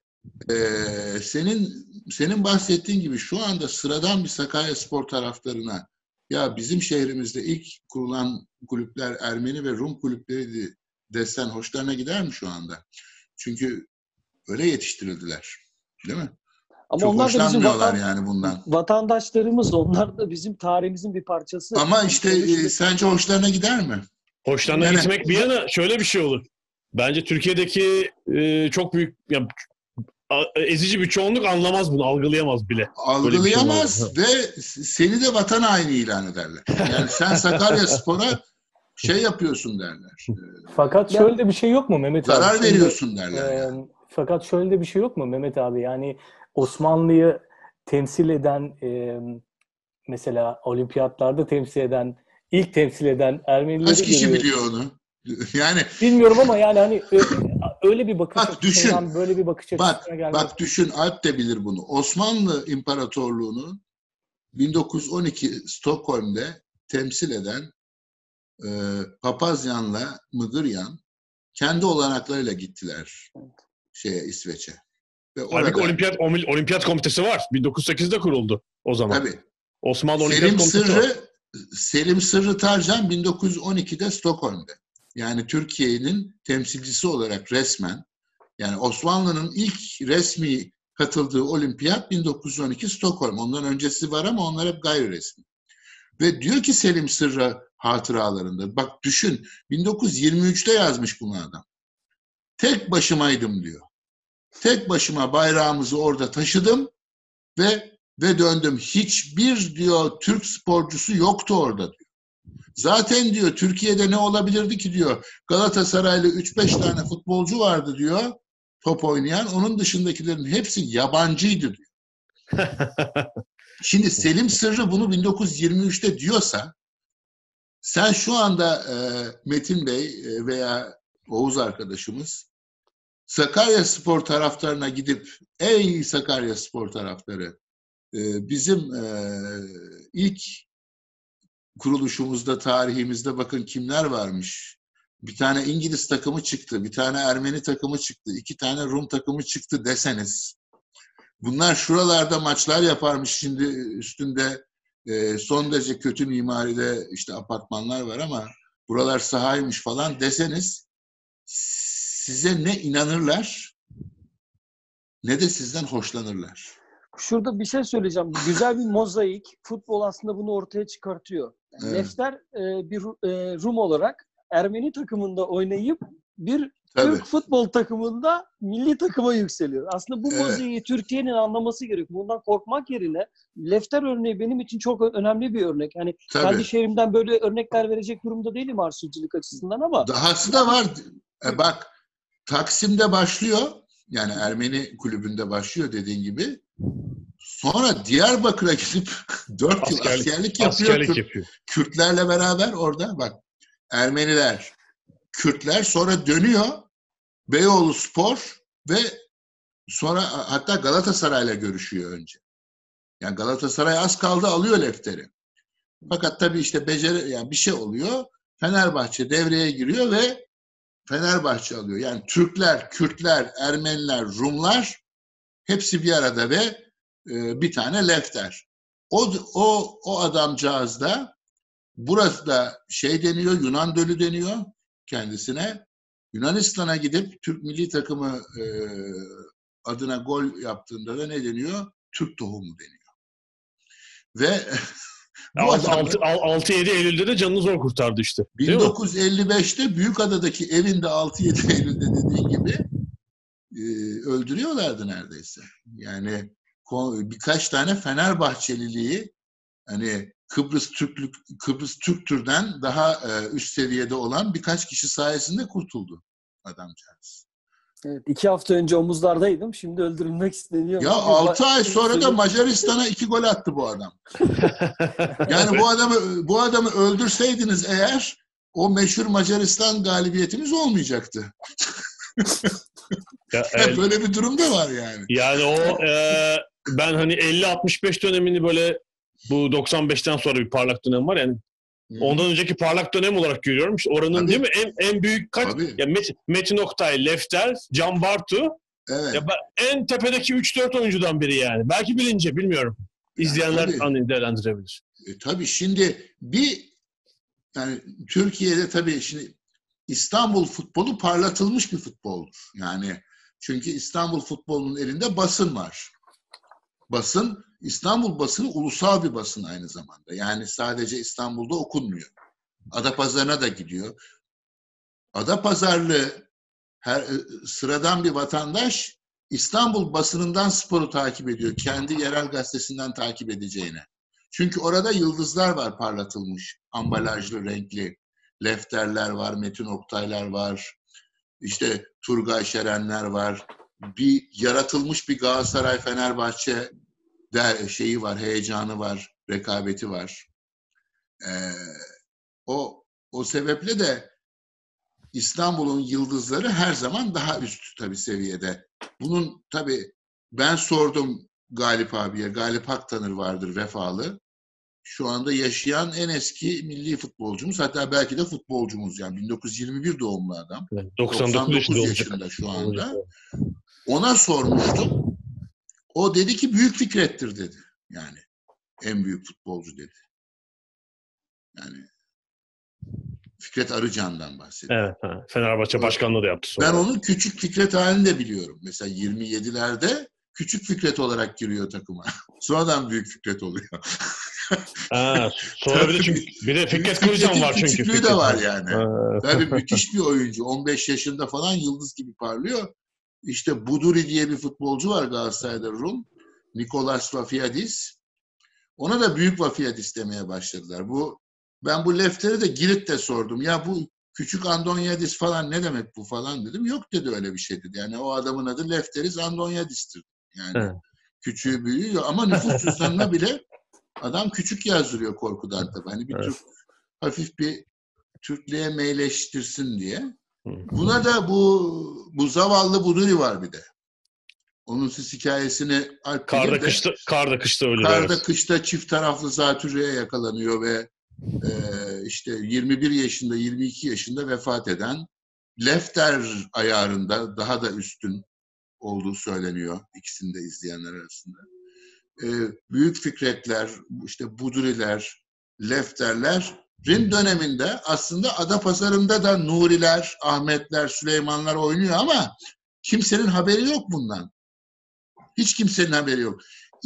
senin bahsettiğin gibi şu anda sıradan bir Sakaryaspor taraftarına ya bizim şehrimizde ilk kurulan kulüpler Ermeni ve Rum kulüpleriydi desen hoşlarına gider mi şu anda? Çünkü öyle yetiştirildiler. Değil mi? Ama çok onlar da bizim yani bundan. Vatandaşlarımız, onlar da bizim tarihimizin bir parçası. Ama işte sence hoşlarına gider mi? Hoşlarına gitmek bir yana şöyle bir şey olur. Bence Türkiye'deki çok büyük ezici bir çoğunluk anlamaz bunu, algılayamaz bile. Algılayamaz ve seni de vatan haini ilan ederler. Yani sen Sakaryaspor'a yapıyorsun derler. Fakat şöyle de bir şey yok mu Mehmet abi? Zarar veriyorsun derler. Yani. Fakat şöyle de bir şey yok mu Mehmet abi? Yani Osmanlı'yı temsil eden mesela olimpiyatlarda ilk temsil eden Ermenileri kaç kişi biliyor onu? Yani bilmiyorum ama yani hani öyle bir bakış açısından böyle bir bakış açısına gelmek. Bak düşün, Alp de bilir bunu. Osmanlı İmparatorluğu'nu 1912 Stockholm'de temsil eden Papazyan'la Mıgıryan kendi olanaklarıyla gittiler İsveç'e. Ve orada olimpiyat komitesi var. 1908'de kuruldu o zaman. Tabii. Osmanlı Olimpiyat Komitesi var. Selim Sırrı Tarcan 1912'de Stockholm'de. Yani Türkiye'nin temsilcisi olarak resmen, yani Osmanlı'nın ilk resmi katıldığı olimpiyat 1912 Stockholm. Ondan öncesi var ama onlar hep gayri resmi. Ve diyor ki Selim Sırrı hatıralarında, bak düşün 1923'te yazmış bunu adam. Tek başımaydım diyor. Tek başıma bayrağımızı orada taşıdım ve döndüm. Hiçbir diyor Türk sporcusu yoktu orada diyor. Zaten diyor Türkiye'de ne olabilirdi ki diyor. Galatasaraylı 3-5 tane futbolcu vardı diyor. Top oynayan. Onun dışındakilerin hepsi yabancıydı diyor. Şimdi Selim Sırrı bunu 1923'te diyorsa sen şu anda Metin Bey veya Oğuz arkadaşımız Sakaryaspor taraftarına gidip ey Sakaryaspor taraftarı bizim ilk kuruluşumuzda, tarihimizde bakın kimler varmış. Bir tane İngiliz takımı çıktı, bir tane Ermeni takımı çıktı, 2 tane Rum takımı çıktı deseniz. Bunlar şuralarda maçlar yaparmış, şimdi üstünde son derece kötü mimaride işte apartmanlar var ama buralar sahaymış falan deseniz size ne inanırlar ne de sizden hoşlanırlar. Şurada bir şey söyleyeceğim. Güzel bir mozaik. Futbol aslında bunu ortaya çıkartıyor. Yani Evet. Lefter bir Rum olarak Ermeni takımında oynayıp bir Tabii. Türk futbol takımında milli takıma yükseliyor. Aslında bu Evet. mozaiği Türkiye'nin anlaması gerekiyor. Bundan korkmak yerine Lefter örneği benim için çok önemli bir örnek. Yani Tabii. kendi şehrimden böyle örnekler verecek durumda değilim arşivcilik açısından ama Dahası da var. Bak Taksim'de başlıyor. Yani Ermeni kulübünde başlıyor dediğin gibi. Sonra Diyarbakır'a gidip 4 yıl askerlik yapıyor. Kürtlerle beraber orada bak Ermeniler, Kürtler sonra dönüyor Beyoğlu Spor ve sonra hatta Galatasaray'la görüşüyor önce. Yani Galatasaray az kaldı alıyor Lefter'i. Fakat tabii işte yani bir şey oluyor. Fenerbahçe devreye giriyor ve Fenerbahçe alıyor. Yani Türkler, Kürtler, Ermeniler, Rumlar hepsi bir arada ve bir tane Lefter. O adamcağız da burası da şey deniyor, Yunan Dölü deniyor kendisine. Yunanistan'a gidip Türk milli takımı adına gol yaptığında da ne deniyor? Türk tohumu deniyor. Ve bu 6-7 Eylül'de de canını zor kurtardı işte. 1955'te Büyükada'daki evinde 6-7 Eylül'de dediğin gibi öldürüyorlardı neredeyse. Yani birkaç tane Fenerbahçeliliği hani Kıbrıs Türktür'den daha üst seviyede olan birkaç kişi sayesinde kurtuldu adamcağız. evet, 2 hafta önce omuzlardaydım. Şimdi öldürülmek isteniyor. Ya 6 ay sonra da Macaristan'a 2 gol attı bu adam. Yani bu adamı öldürseydiniz eğer o meşhur Macaristan galibiyetimiz olmayacaktı. Böyle bir durum da var yani. Yani o ben hani 50-65 dönemini böyle bu 95'ten sonra bir parlak dönem var yani. Ondan önceki parlak dönem olarak görüyorum. İşte oranın tabii. Değil mi? En büyük kaç? Ya Metin Oktay, Lefter, Can Bartu. Evet. Ya en tepedeki 3-4 oyuncudan biri yani. Belki bilince bilmiyorum. İzleyenler yani değerlendirebilir. Tabii şimdi yani Türkiye'de tabii şimdi İstanbul futbolu parlatılmış bir futboldur. Yani çünkü İstanbul futbolunun elinde basın var. İstanbul basını ulusal bir basın aynı zamanda. Yani sadece İstanbul'da okunmuyor. Adapazarı'na da gidiyor. Adapazarlı sıradan bir vatandaş İstanbul basınından sporu takip ediyor. Kendi yerel gazetesinden takip edeceğine. Çünkü orada yıldızlar var parlatılmış. Ambalajlı, renkli. Lefterler var, Metin Oktaylar var. İşte Turgay Şerenler var. Yaratılmış bir Galatasaray Fenerbahçe şeyi var, heyecanı var, rekabeti var. O sebeple de İstanbul'un yıldızları her zaman daha üst tabii seviyede. Bunun tabii ben sordum Galip abiye, Galip Haktanır vardır vefalı. Şu anda yaşayan en eski milli futbolcumuz, hatta belki de futbolcumuz yani 1921 doğumlu adam. 99 yaşında şu anda. Ona sormuştum. O dedi ki Büyük Fikret'tir dedi. Yani en büyük futbolcu dedi. Yani Fikret Arıcan'dan bahsediyor. Evet, Fenerbahçe başkanlığı da yaptı sonra. Ben onun Küçük Fikret halini de biliyorum. Mesela 27'lerde Küçük Fikret olarak giriyor takıma. Sonradan Büyük Fikret oluyor. Sonra bir de Fikret Kırcan var çünkü. Küçüklüğü de var yani. Tabii müthiş bir oyuncu. 15 yaşında falan yıldız gibi parlıyor. İşte Buduri diye bir futbolcu var Galatasaray'da Rum. Nikolas Vafiadis. Ona da büyük Vafiadis demeye başladılar. Bu Ben bu Lefter'e de Girit'te sordum. Ya bu küçük Andonyadis falan ne demek bu falan dedim. Yok dedi, öyle bir şey dedi. Yani o adamın adı Lefteris Andonyadis'tir. Yani Evet. küçüğü büyüğü yok. Ama nüfus cüzdanına bile adam küçük yazdırıyor korkudan tabii. Hani bir Evet. Türk hafif bir Türklüğe meyleştirsin diye. Hı. Buna da bu zavallı Buduri var bir de. Onun siz hikayesini Alp bilir Karda de kışta ölür. karda Evet. kışta çift taraflı zatürreye yakalanıyor ve işte 21 yaşında 22 yaşında vefat eden, Lefter ayarında daha da üstün olduğu söyleniyor ikisini de izleyenler arasında. Büyük Fikretler, işte Buduriler, Lefterlerin döneminde aslında Adapazarı'nda da Nuriler, Ahmetler, Süleymanlar oynuyor ama kimsenin haberi yok bundan. Hiç kimsenin haberi yok.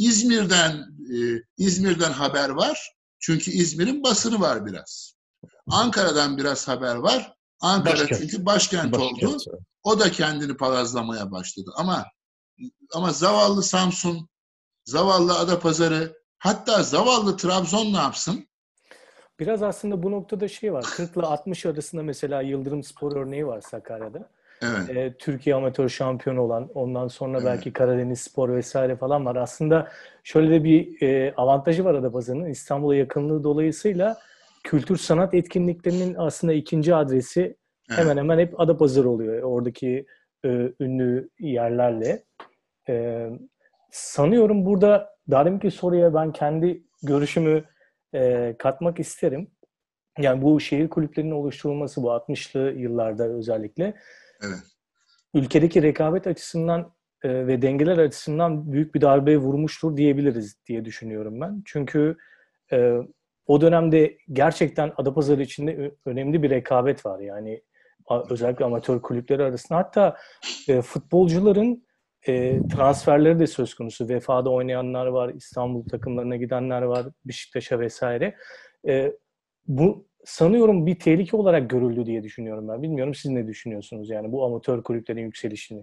İzmir'den haber var. Çünkü İzmir'in basını var biraz. Ankara'dan biraz haber var. Ankara Başkent. çünkü başkent oldu. O da kendini palazlamaya başladı. Ama zavallı Samsun, zavallı Adapazarı, hatta zavallı Trabzon ne yapsın? Biraz aslında bu noktada şey var. 40 ile 60 arasında mesela Yıldırımspor örneği var Sakarya'da. Evet. Türkiye amatör şampiyonu olan, ondan sonra Evet. belki Karadenizspor vesaire falan var. Aslında şöyle de bir avantajı var Adapazarı'nın. İstanbul'a yakınlığı dolayısıyla kültür sanat etkinliklerinin aslında ikinci adresi hemen hemen hep Adapazarı oluyor. Oradaki ünlü yerlerle. Sanıyorum burada daha deminki soruya ben kendi görüşümü katmak isterim. Yani bu şehir kulüplerinin oluşturulması bu 60'lı yıllarda özellikle Evet. ülkedeki rekabet açısından ve dengeler açısından büyük bir darbeye vurmuştur diyebiliriz diye düşünüyorum ben. Çünkü o dönemde gerçekten Adapazarı içinde önemli bir rekabet var. Yani özellikle amatör kulüpleri arasında. Hatta futbolcuların transferleri de söz konusu. Vefa'da oynayanlar var, İstanbul takımlarına gidenler var, Beşiktaş'a vesaire. Bu sanıyorum bir tehlike olarak görüldü diye düşünüyorum ben. Bilmiyorum siz ne düşünüyorsunuz yani bu amatör kulüplerin yükselişini?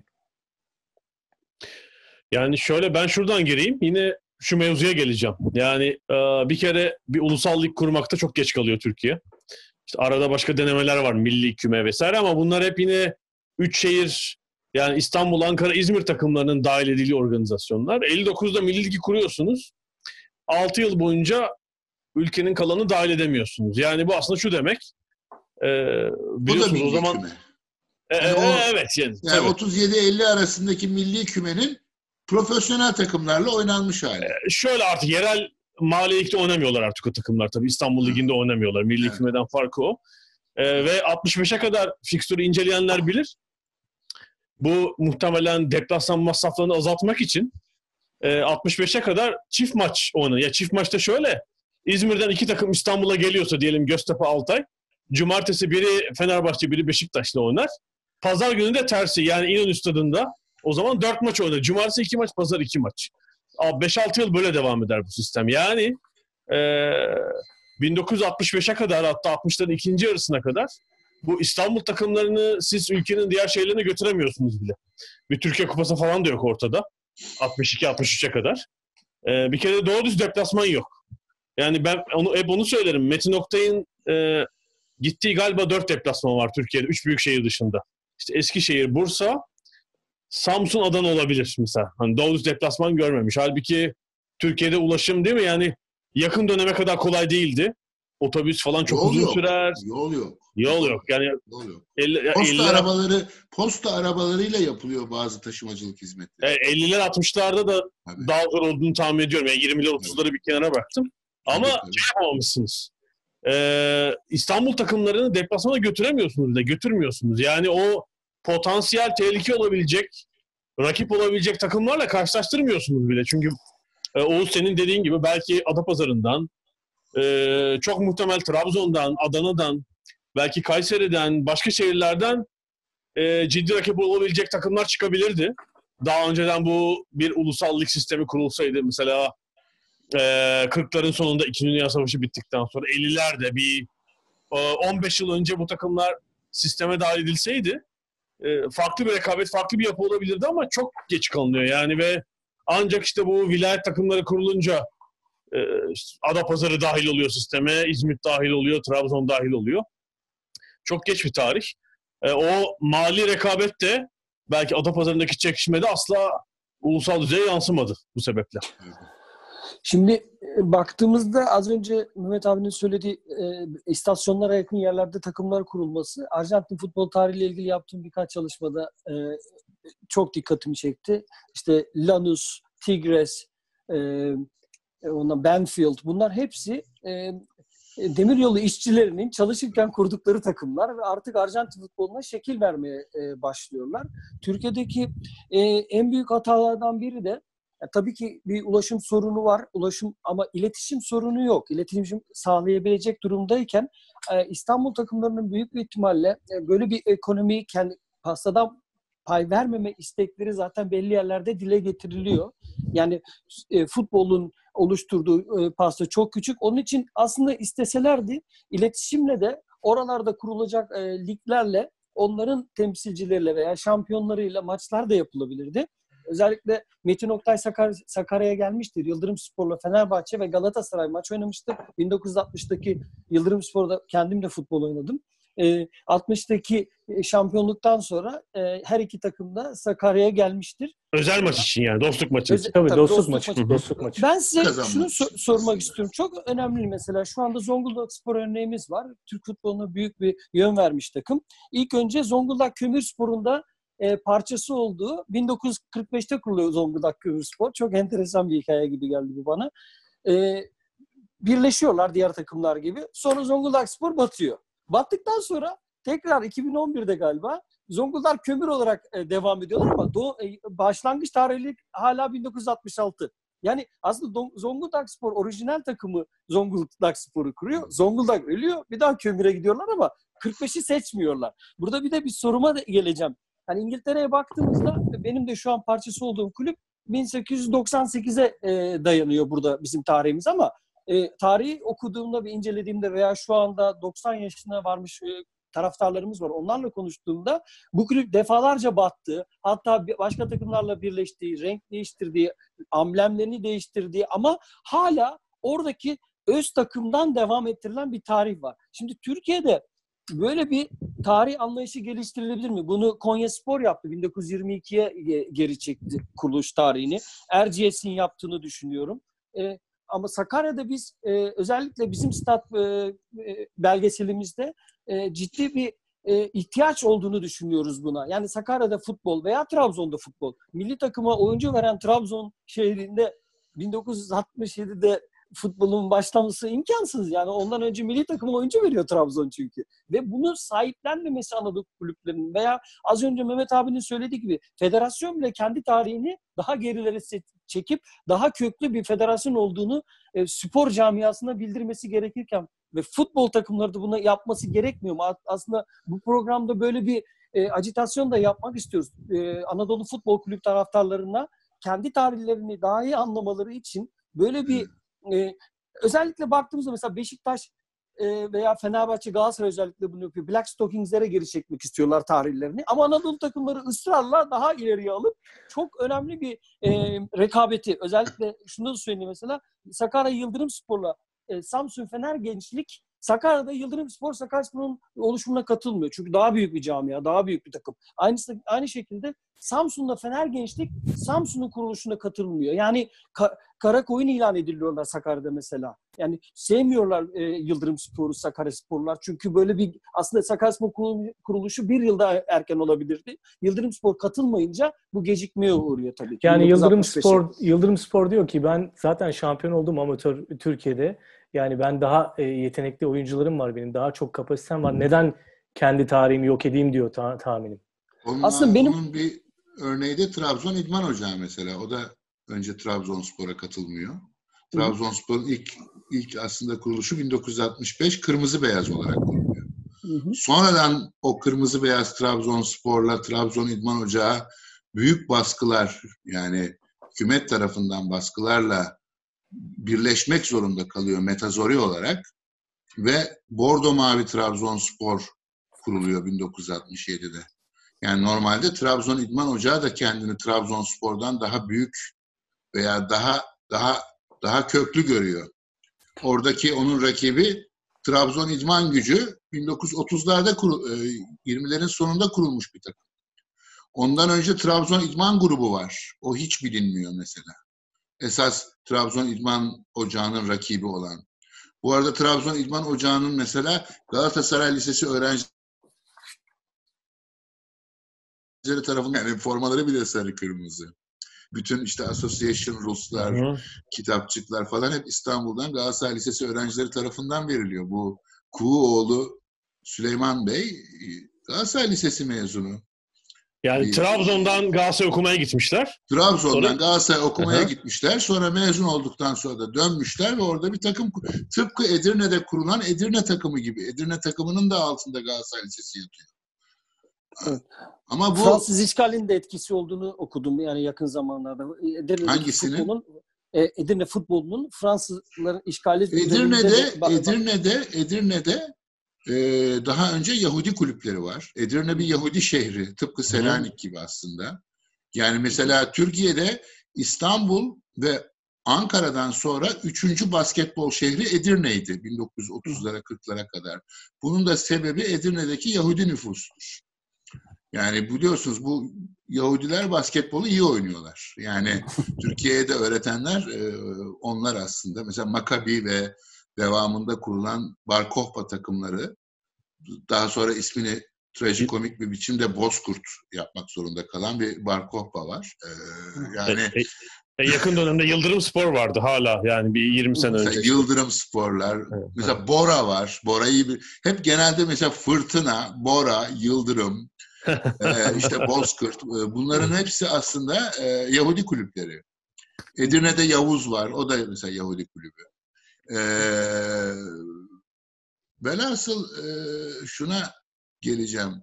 Yani şöyle, ben şuradan gireyim. Yine şu mevzuya geleceğim. Yani bir kere bir ulusal lig kurmakta çok geç kalıyor Türkiye. İşte arada başka denemeler var, milli küme vesaire, ama bunlar hep yine 3 şehir, yani İstanbul, Ankara, İzmir takımlarının dahil edildiği organizasyonlar. 59'da milli ligi kuruyorsunuz. 6 yıl boyunca ülkenin kalanı dahil edemiyorsunuz. Yani bu aslında şu demek. Bu da Biliyorsunuz o milli zaman... küme. Yani evet yani. Yani 37-50 arasındaki milli kümenin profesyonel takımlarla oynanmış hali. Şöyle, artık yerel Mali Lig'de oynamıyorlar artık o takımlar tabii. İstanbul Ligi'nde oynamıyorlar. Milli kümeden farkı o. Ve 65'e kadar fikstürü inceleyenler bilir. Bu muhtemelen deplasman masraflarını azaltmak için 65'e kadar çift maç oynanıyor. Ya çift maçta şöyle, İzmir'den 2 takım İstanbul'a geliyorsa diyelim, Göztepe, Altay. Cumartesi biri Fenerbahçe, biri Beşiktaş'la oynar. Pazar günü de tersi, yani İnönü Stadı'nda o zaman 4 maç oynar. Cumartesi 2 maç, pazar 2 maç. 5-6 yıl böyle devam eder bu sistem. Yani 1965'e kadar, hatta 60'ların ikinci yarısına kadar bu İstanbul takımlarını siz ülkenin diğer şehirlerine götüremiyorsunuz bile. Bir Türkiye Kupası falan da yok ortada. 62-63'e kadar. Bir kere doğru düz deplasman yok. Yani ben hep onu söylerim. Metin Oktay'ın gittiği galiba 4 deplasman var Türkiye'de. 3 büyük şehir dışında. İşte Eskişehir, Bursa, Samsun, Adana olabilir mesela. Hani doğru düz deplasman görmemiş. Halbuki Türkiye'de ulaşım, değil mi? Yani yakın döneme kadar kolay değildi. Otobüs falan çok uzun sürer. Yol yok. Yol yok. Yani Yol yok. 50'ler, Posta arabalarıyla yapılıyor bazı taşımacılık hizmetleri. 50'ler 60'larda da Tabii. daha zor olduğunu tahmin ediyorum. Yani 20'ler 30'ları bir kenara bıraktım. Ama Tabii. yapamamışsınız. İstanbul takımlarını deplasmana götüremiyorsunuz da, götürmüyorsunuz. Yani o potansiyel tehlike olabilecek, rakip olabilecek takımlarla karşılaştırmıyorsunuz bile. Çünkü Oğuz, senin dediğin gibi belki Adapazarı'ndan, çok muhtemel Trabzon'dan, Adana'dan, belki Kayseri'den, başka şehirlerden ciddi rakip olabilecek takımlar çıkabilirdi. Daha önceden bu bir ulusal lig sistemi kurulsaydı, mesela 40'ların sonunda 2. Dünya Savaşı bittikten sonra 50'lerde bir 15 yıl önce bu takımlar sisteme dahil edilseydi farklı bir rekabet, farklı bir yapı olabilirdi, ama çok geç kalınıyor yani. Ve ancak işte bu vilayet takımları kurulunca işte Adapazarı dahil oluyor sisteme, İzmit dahil oluyor, Trabzon dahil oluyor. Çok geç bir tarih. O mali rekabet de belki Adapazarı'ndaki çekişmede asla ulusal düzeye yansımadı bu sebeple. Şimdi baktığımızda az önce Mehmet abinin söylediği istasyonlara yakın yerlerde takımlar kurulması, Arjantin futbol tarihiyle ilgili yaptığım birkaç çalışmada çok dikkatimi çekti. İşte Lanús, Tigres, ondan Banfield, bunlar hepsi demiryolu işçilerinin çalışırken kurdukları takımlar ve artık Arjantin futboluna şekil vermeye başlıyorlar. Türkiye'deki en büyük hatalardan biri de tabii ki bir ulaşım sorunu var. Ama iletişim sorunu yok. İletişim sağlayabilecek durumdayken İstanbul takımlarının büyük bir ihtimalle böyle bir ekonomiyi kendi pastadan pay vermeme istekleri zaten belli yerlerde dile getiriliyor. Yani futbolun oluşturduğu pasta çok küçük. Onun için aslında isteselerdi iletişimle de oralarda kurulacak liglerle, onların temsilcileriyle veya şampiyonlarıyla maçlar da yapılabilirdi. Özellikle Metin Oktay Sakarya'ya gelmiştir. Yıldırımspor'la Fenerbahçe ve Galatasaray maç oynamıştı. 1960'daki Yıldırımspor'da kendim de futbol oynadım. 60'taki şampiyonluktan sonra her iki takım da Sakarya'ya gelmiştir. Özel maç için yani, dostluk maçı. Tabii dostluk maçı. Dostluk maçı. Ben size şunu sormak istiyorum. Çok önemli mesela. Şu anda Zonguldakspor örneğimiz var. Türk futboluna büyük bir yön vermiş takım. İlk önce Zonguldak Kömürspor'un da parçası olduğu 1945'te kuruluyor Zonguldak Kömürspor. Çok enteresan bir hikaye gibi geldi bu bana. Birleşiyorlar diğer takımlar gibi. Sonra Zonguldakspor batıyor. Battıktan sonra tekrar 2011'de galiba Zonguldak Kömür olarak devam ediyorlar ama başlangıç tarihi hala 1966. Yani aslında Zonguldakspor orijinal takımı Zonguldakspor'u kuruyor. Zonguldak ölüyor. Bir daha Kömür'e gidiyorlar ama 45'i seçmiyorlar. Burada bir de bir soruma da geleceğim. Hani İngiltere'ye baktığımızda benim de şu an parçası olduğum kulüp 1898'e dayanıyor burada bizim tarihimiz ama tarihi okuduğumda ve incelediğimde veya şu anda 90 yaşına varmış taraftarlarımız var. Onlarla konuştuğumda bu kulüp defalarca battı. Hatta başka takımlarla birleştiği, renk değiştirdiği, amblemlerini değiştirdiği ama hala oradaki öz takımdan devam ettirilen bir tarih var. Şimdi Türkiye'de böyle bir tarih anlayışı geliştirilebilir mi? Bunu Konyaspor yaptı. 1922'ye geri çekti kuruluş tarihini. Erciyes'in yaptığını düşünüyorum. Ama Sakarya'da biz özellikle bizim stat belgeselimizde ciddi bir ihtiyaç olduğunu düşünüyoruz buna. Yani Sakarya'da futbol veya Trabzon'da futbol. Milli takıma oyuncu veren Trabzon şehrinde 1967'de futbolun başlaması imkansız. Yani ondan önce milli takıma oyuncu veriyor Trabzon çünkü. Ve bunu sahiplenmemesi Anadolu kulüplerinin veya az önce Mehmet abinin söylediği gibi federasyon bile kendi tarihini daha gerilere çekip daha köklü bir federasyon olduğunu spor camiasına bildirmesi gerekirken ve futbol takımları da bunu yapması gerekmiyor mu? Aslında bu programda böyle bir ajitasyon da yapmak istiyoruz. Anadolu Futbol Kulüp taraftarlarına kendi tarihlerini daha iyi anlamaları için böyle bir özellikle baktığımızda mesela Beşiktaş veya Fenerbahçe, Galatasaray özellikle bunu yapıyor. Black Stockings'lere geri çekmek istiyorlar tarihlerini. Ama Anadolu takımları ısrarla daha ileriye alıp çok önemli bir rekabeti. Özellikle şunu da söyleyeyim mesela. Sakarya Yıldırımspor'la Samsun Fener Gençlik, Sakarya'da Yıldırımspor, Sakaryaspor'un oluşumuna katılmıyor. Çünkü daha büyük bir camia, daha büyük bir takım. Aynı şekilde Samsun'da Fener Gençlik, Samsun'un kuruluşuna katılmıyor. Yani kara koyun ilan ediliyorlar Sakarya'da mesela. Yani sevmiyorlar Yıldırımspor'u, Sakaryaspor'lar. Çünkü böyle bir aslında Sakaryaspor kuruluşu bir yıl daha erken olabilirdi. Yıldırımspor katılmayınca bu gecikmeye uğruyor tabii ki. Yani Yıldırımspor diyor ki ben zaten şampiyon oldum amatör Türkiye'de. Yani ben daha yetenekli oyuncularım var benim. Daha çok kapasitem var. Neden kendi tarihimi yok edeyim diyor tahminim. Aslında onun bir örneği de Trabzon İdman Ocağı mesela. O da önce Trabzonspor'a katılmıyor. Trabzonspor'un ilk aslında kuruluşu 1965 kırmızı beyaz olarak kuruluyor. Sonradan o kırmızı beyaz Trabzonspor'la Trabzon İdman Ocağı büyük baskılar, yani hükümet tarafından baskılarla birleşmek zorunda kalıyor metazori olarak ve Bordo Mavi Trabzonspor kuruluyor 1967'de. Yani normalde Trabzon İdman Ocağı da kendini Trabzonspor'dan daha büyük veya Daha köklü görüyor. Oradaki onun rakibi Trabzon İdman Gücü 1930'larda 20'lerin sonunda kurulmuş bir takım. Ondan önce Trabzon İdman Grubu var. O hiç bilinmiyor mesela. Esas Trabzon İdman Ocağı'nın rakibi olan. Bu arada Trabzon İdman Ocağı'nın mesela Galatasaray Lisesi öğrencileri tarafından, yani formaları bile sarı kırmızı. Bütün işte Association Rules'lar, kitapçıklar falan hep İstanbul'dan Galatasaray Lisesi öğrencileri tarafından veriliyor. Bu Kuğuoğlu Süleyman Bey Galatasaray Lisesi mezunu. Yani Trabzon'dan Galatasaray okumaya gitmişler. Trabzon'dan Galatasaray okumaya gitmişler. Sonra mezun olduktan sonra da dönmüşler ve orada bir takım, tıpkı Edirne'de kurulan Edirne takımı gibi. Edirne takımının da altında Galatasaray Lisesi yatıyor. Evet. Ama bu Fransız işgalinin de etkisi olduğunu okudum yani yakın zamanlarda. hangisinin? Edirne futbolunun Fransızların işgali Edirne'de daha önce Yahudi kulüpleri var. Edirne bir Yahudi şehri. Tıpkı Selanik gibi aslında. Yani mesela Türkiye'de İstanbul ve Ankara'dan sonra 3. basketbol şehri Edirne'ydi 1930'lara 40'lara kadar. Bunun da sebebi Edirne'deki Yahudi nüfustur. Yani biliyorsunuz bu Yahudiler basketbolu iyi oynuyorlar. Yani Türkiye'ye de öğretenler onlar aslında. Mesela Maccabi ve devamında kurulan Bar Kokhba takımları, daha sonra ismini trajikomik bir biçimde Bozkurt yapmak zorunda kalan bir Bar Kokhba var. Yani yakın dönemde Yıldırım Spor vardı hala, yani bir 20 sene önce. Yıldırım Sporlar. Mesela Bora var. Bora'yı hep genelde mesela Fırtına, Bora, Yıldırım, işte Bozkurt. Bunların hepsi aslında Yahudi kulüpleri. Edirne'de Yavuz var. O da mesela Yahudi kulübü. Velhasıl şuna geleceğim.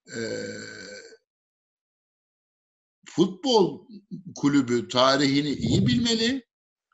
Futbol kulübü tarihini iyi bilmeli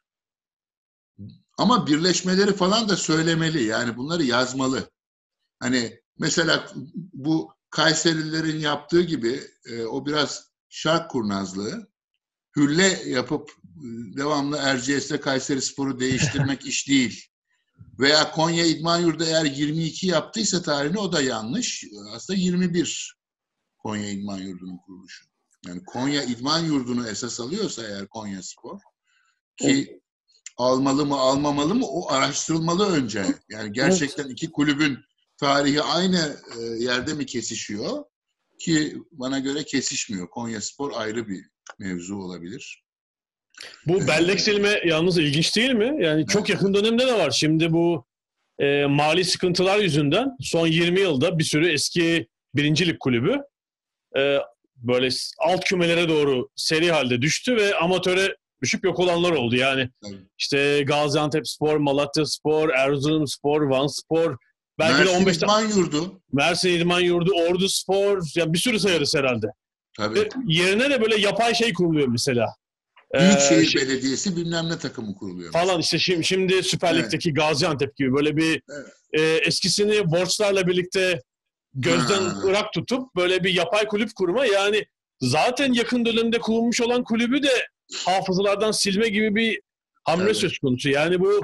ama birleşmeleri falan da söylemeli. Yani bunları yazmalı. Hani mesela bu Kayserilerin yaptığı gibi o biraz şark kurnazlığı. Hülle yapıp devamlı Erciyes'te Kayserispor'u değiştirmek iş değil. Veya Konya İdman Yurdu eğer 22 yaptıysa tarihini, o da yanlış. Aslında 21 Konya İdman Yurdu'nun kuruluşu. Yani Konya İdman Yurdu'nu esas alıyorsa eğer Konyaspor, ki almalı mı almamalı mı o araştırılmalı önce. Yani gerçekten iki kulübün tarihi aynı yerde mi kesişiyor? Ki bana göre kesişmiyor. Konyaspor ayrı bir mevzu olabilir. Bu bellek silme yalnız ilginç değil mi? Yani çok yakın dönemde de var. Şimdi bu mali sıkıntılar yüzünden son 20 yılda bir sürü eski birincilik kulübü böyle alt kümelere doğru seri halde düştü ve amatöre düşüp yok olanlar oldu. Yani işte Gaziantepspor, Malatyaspor, Erzurumspor, Vanspor, belki Mersin de 15 İdman Yurdu. Mersin İdman Yurdu, Orduspor, yani bir sürü sayarız herhalde. Tabii. Ve yerine de böyle yapay şey kuruluyor mesela. Büyükşehir Belediyesi bilmem ne takımı kuruluyor. Falan işte şimdi Süper Lig'deki Gaziantep gibi böyle bir eskisini borçlarla birlikte gözden ırak tutup böyle bir yapay kulüp kurma, yani zaten yakın dönemde kurulmuş olan kulübü de hafızalardan silme gibi bir hamle söz konusu. Yani bu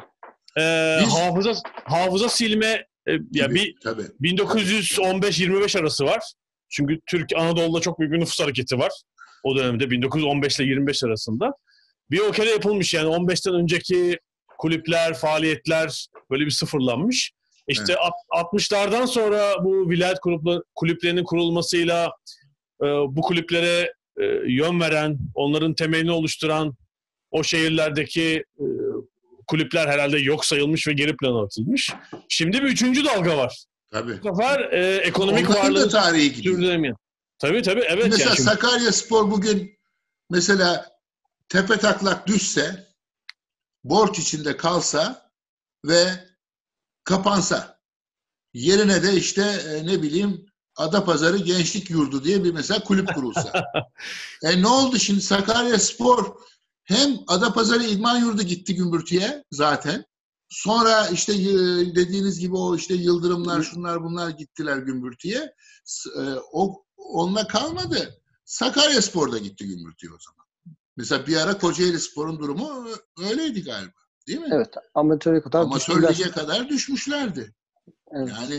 hafıza silme ya bir 1915-25 arası var. Çünkü Anadolu'da çok büyük bir nüfus hareketi var. O dönemde 1915 ile 25 arasında. Bir o kere yapılmış, yani 15'ten önceki kulüpler, faaliyetler böyle bir sıfırlanmış. İşte 60'lardan sonra bu vilayet kulüplerinin kurulmasıyla bu kulüplere yön veren, onların temelini oluşturan o şehirlerdeki kulüpler herhalde yok sayılmış ve geri plana atılmış. Şimdi bir 3. dalga var. Tabii. Bu sefer ekonomik varlığı tarihi gidiyor. Tabii evet. Mesela yani Sakaryaspor bugün mesela tepetaklak düşse, borç içinde kalsa ve kapansa, yerine de işte ne bileyim Adapazarı Gençlik Yurdu diye bir mesela kulüp kurulsa. Ne oldu şimdi? Sakaryaspor hem Adapazarı İdman Yurdu gitti gümbürtüye zaten. Sonra işte dediğiniz gibi o işte Yıldırımlar, şunlar bunlar gittiler gümbürtüye. Onunla kalmadı. Sakaryaspor da gitti gümbürtüye o zaman. Mesela bir ara Kocaelispor'un durumu öyleydi galiba. Değil mi? Evet, amatöre kadar Amatör düştüler. lige kadar düşmüşlerdi. Evet. Yani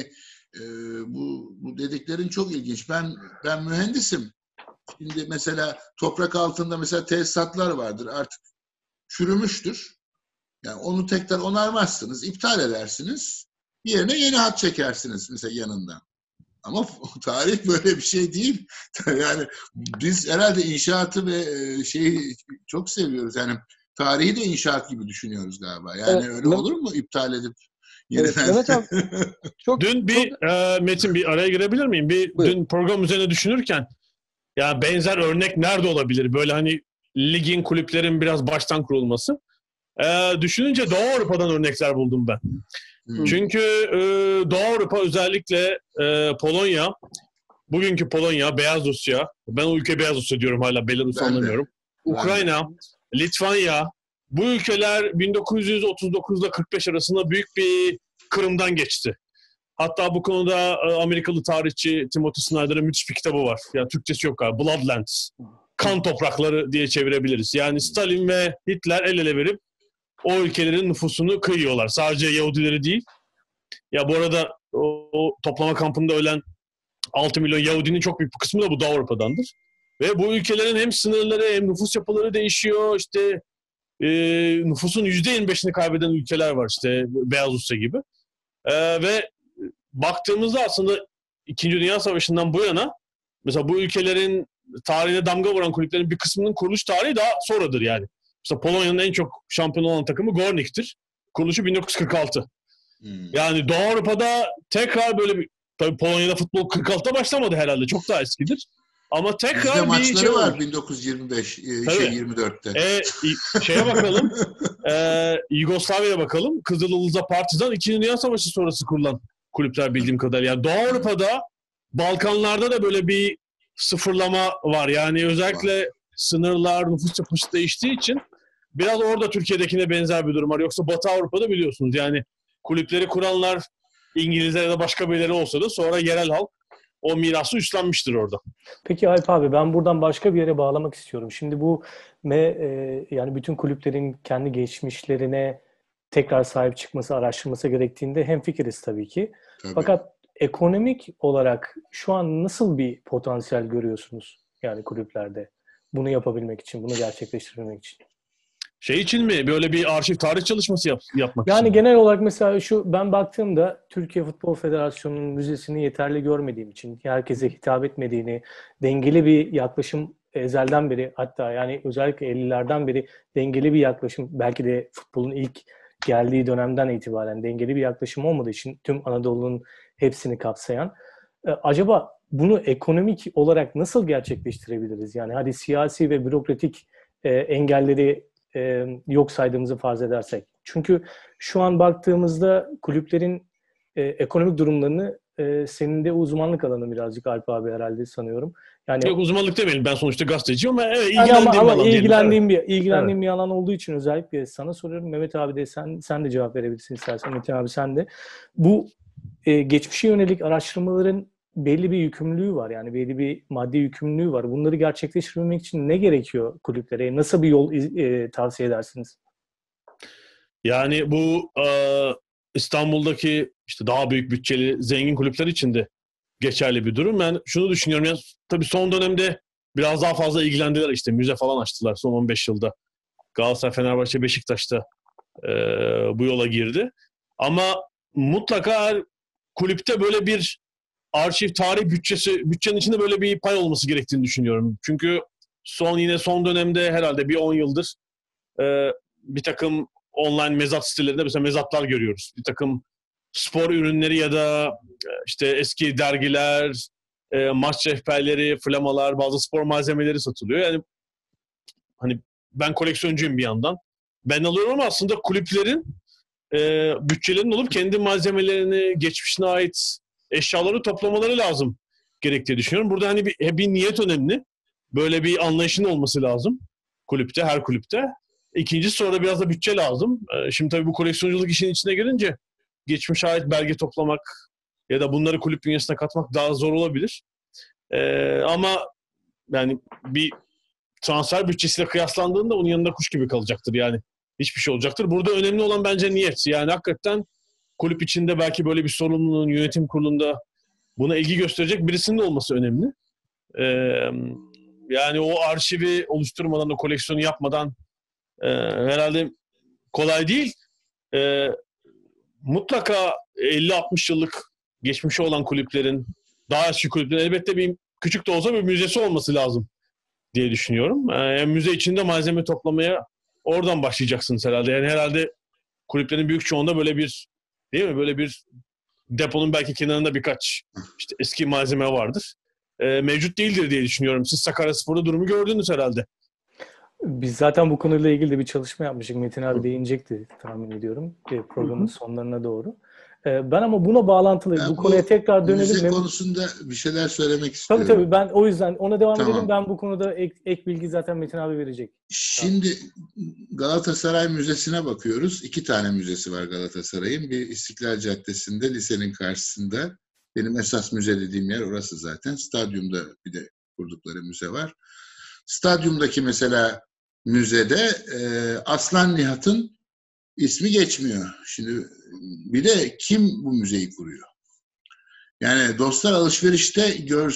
bu dediklerin çok ilginç. Ben mühendisim. Şimdi mesela toprak altında mesela tesisatlar vardır. Artık çürümüştür. Yani onu tekrar onarmazsınız, iptal edersiniz. Yerine yeni hat çekersiniz mesela yanından. Ama tarih böyle bir şey değil. Yani biz herhalde inşaatı ve şeyi çok seviyoruz. Yani tarihi de inşaat gibi düşünüyoruz galiba. Yani Evet, öyle olur mu iptal edip evet, yeniden? Mehmet abi çok Dün çok Metin bir araya girebilir miyim? buyur. Dün program üzerine düşünürken ya benzer örnek nerede olabilir? Böyle hani ligin, kulüplerin biraz baştan kurulması. Düşününce Doğu Avrupa'dan örnekler buldum ben. Çünkü Doğu Avrupa özellikle Polonya, bugünkü Polonya, Beyaz Rusya, ben o ülke Beyaz Rusya diyorum hala, Belarus Ben de. anlamıyorum. Ukrayna, Litvanya, bu ülkeler 1939 ile 45 arasında büyük bir kırımdan geçti. Hatta bu konuda Amerikalı tarihçi Timothy Snyder'ın müthiş bir kitabı var. Yani Türkçesi yok galiba. Bloodlands. Kan toprakları diye çevirebiliriz. Yani Stalin ve Hitler el ele verip o ülkelerin nüfusunu kıyıyorlar. Sadece Yahudileri değil. Ya bu arada o toplama kampında ölen 6 milyon Yahudinin çok büyük bir kısmı da bu Doğu Avrupa'dandır. Ve bu ülkelerin hem sınırları hem nüfus yapıları değişiyor. İşte nüfusun %25'ini kaybeden ülkeler var, işte Beyaz Rusya gibi. Ve baktığımızda aslında İkinci Dünya Savaşı'ndan bu yana mesela bu ülkelerin tarihine damga vuran kulüplerin bir kısmının kuruluş tarihi daha sonradır yani. Mesela Polonya'nın en çok şampiyon olan takımı Gornik'tir. Kuruluşu 1946. Yani Doğu Avrupa'da tekrar böyle bir, tabii Polonya'da futbol 46'da başlamadı herhalde, çok daha eskidir. Ama Bizde tekrar bir maçları şey var olmuş. 1925 Tabii. 24'te. Şeye bakalım. Yugoslavya'ya bakalım. Kızılyıldız'la Partizan 2. Dünya Savaşı sonrası kurulan kulüpler bildiğim kadarıyla. Yani Doğu Avrupa'da, Balkanlarda da böyle bir sıfırlama var. Yani özellikle sınırlar, nüfus yapısı değiştiği için biraz orada Türkiye'dekine benzer bir durum var. Yoksa Batı Avrupa'da biliyorsunuz yani kulüpleri kuranlar İngilizler ya da başka birileri olsa da sonra yerel halk o mirası üstlenmiştir orada. Peki Alp abi, ben buradan başka bir yere bağlamak istiyorum. Şimdi bu yani bütün kulüplerin kendi geçmişlerine tekrar sahip çıkması, araştırması gerektiğinde hemfikiriz tabii ki. Tabii. Fakat ekonomik olarak şu an nasıl bir potansiyel görüyorsunuz yani kulüplerde bunu yapabilmek için, bunu gerçekleştirmek için? Şey için mi? Böyle bir arşiv tarih çalışması yapmak için. Yani genel olarak mesela ben baktığımda Türkiye Futbol Federasyonu'nun müzesini yeterli görmediğim için, herkese hitap etmediğini, dengeli bir yaklaşım ezelden beri, hatta yani özellikle 50'lerden beri dengeli bir yaklaşım, belki de futbolun ilk geldiği dönemden itibaren dengeli bir yaklaşım olmadığı için tüm Anadolu'nun hepsini kapsayan, acaba bunu ekonomik olarak nasıl gerçekleştirebiliriz? Yani hadi siyasi ve bürokratik engelleri yok saydığımızı farz edersek. Çünkü şu an baktığımızda kulüplerin ekonomik durumlarını senin de uzmanlık alanı birazcık Alp abi herhalde sanıyorum. Yani Yok, uzmanlık demeyelim. Ben sonuçta gazeteciyim ama evet, ama ilgilendiğim bir alan ilgilendiğim bir alan olduğu için özellikle sana soruyorum. Mehmet abi de sen de cevap verebilirsin istersen. Metin abi sen de. Bu geçmişe yönelik araştırmaların belli bir yükümlülüğü var. Yani belli bir maddi yükümlülüğü var. Bunları gerçekleştirmek için ne gerekiyor kulüplere? Nasıl bir yol tavsiye edersiniz? Yani bu İstanbul'daki işte daha büyük bütçeli zengin kulüpler için de geçerli bir durum. Ben şunu düşünüyorum. Yani, tabii son dönemde biraz daha fazla ilgilendiler. İşte müze falan açtılar son 15 yılda. Galatasaray, Fenerbahçe, Beşiktaş'ta bu yola girdi. Ama mutlaka her kulüpte böyle bir arşiv tarih bütçenin içinde böyle bir pay olması gerektiğini düşünüyorum. Çünkü son dönemde herhalde bir 10 yıldır bir takım online mezat sitelerinde mesela mezatlar görüyoruz. Bir takım spor ürünleri ya da işte eski dergiler, maç rehberleri, flamalar, bazı spor malzemeleri satılıyor. Yani hani ben koleksiyoncuyum bir yandan. Ben alıyorum ama aslında kulüplerin bütçelerinin olup kendi malzemelerini, geçmişine ait eşyaları toplamaları lazım gerektiği düşünüyorum. Burada hani bir niyet önemli. Böyle bir anlayışın olması lazım kulüpte, her kulüpte. İkincisi sonra biraz da bütçe lazım. Şimdi tabii bu koleksiyonculuk işin içine girince geçmişe ait belge toplamak ya da bunları kulüp bünyesine katmak daha zor olabilir. Ama yani bir transfer bütçesiyle kıyaslandığında onun yanında kuş gibi kalacaktır yani. hiçbir şey olacaktır. Burada önemli olan bence niyet. Yani hakikaten kulüp içinde belki böyle bir sorumluluğun yönetim kurulunda buna ilgi gösterecek birisinin de olması önemli. Yani o arşivi oluşturmadan, o koleksiyonu yapmadan herhalde kolay değil. Mutlaka 50-60 yıllık geçmişi olan kulüplerin, daha eski kulüplerin elbette bir küçük de olsa bir müzesi olması lazım diye düşünüyorum. Müze içinde malzeme toplamaya oradan başlayacaksınız herhalde. Yani herhalde kulüplerin büyük çoğunda böyle bir, değil mi? Böyle bir deponun belki kenarında birkaç işte eski malzeme vardır. Mevcut değildir diye düşünüyorum. Siz Sakaryaspor'da durumu gördünüz herhalde. Biz zaten bu konuyla ilgili de bir çalışma yapmıştık. Metin abi değinecekti tahmin ediyorum programın sonlarına doğru. Ben ama buna bağlantılı bu konuya tekrar dönelim. Müze konusunda bir şeyler söylemek istiyorum. Tabii ben o yüzden ona devam Tamam. edelim. Ben bu konuda ek bilgi zaten Metin abi verecek. Şimdi Galatasaray Müzesi'ne bakıyoruz. 2 tane müzesi var Galatasaray'ın. Bir İstiklal Caddesi'nde, lisenin karşısında. Benim esas müze dediğim yer orası zaten. Stadyumda bir de kurdukları müze var. Stadyumdaki mesela müzede Aslan Nihat'ın ismi geçmiyor. Şimdi bir de kim bu müzeyi kuruyor? Yani dostlar alışverişte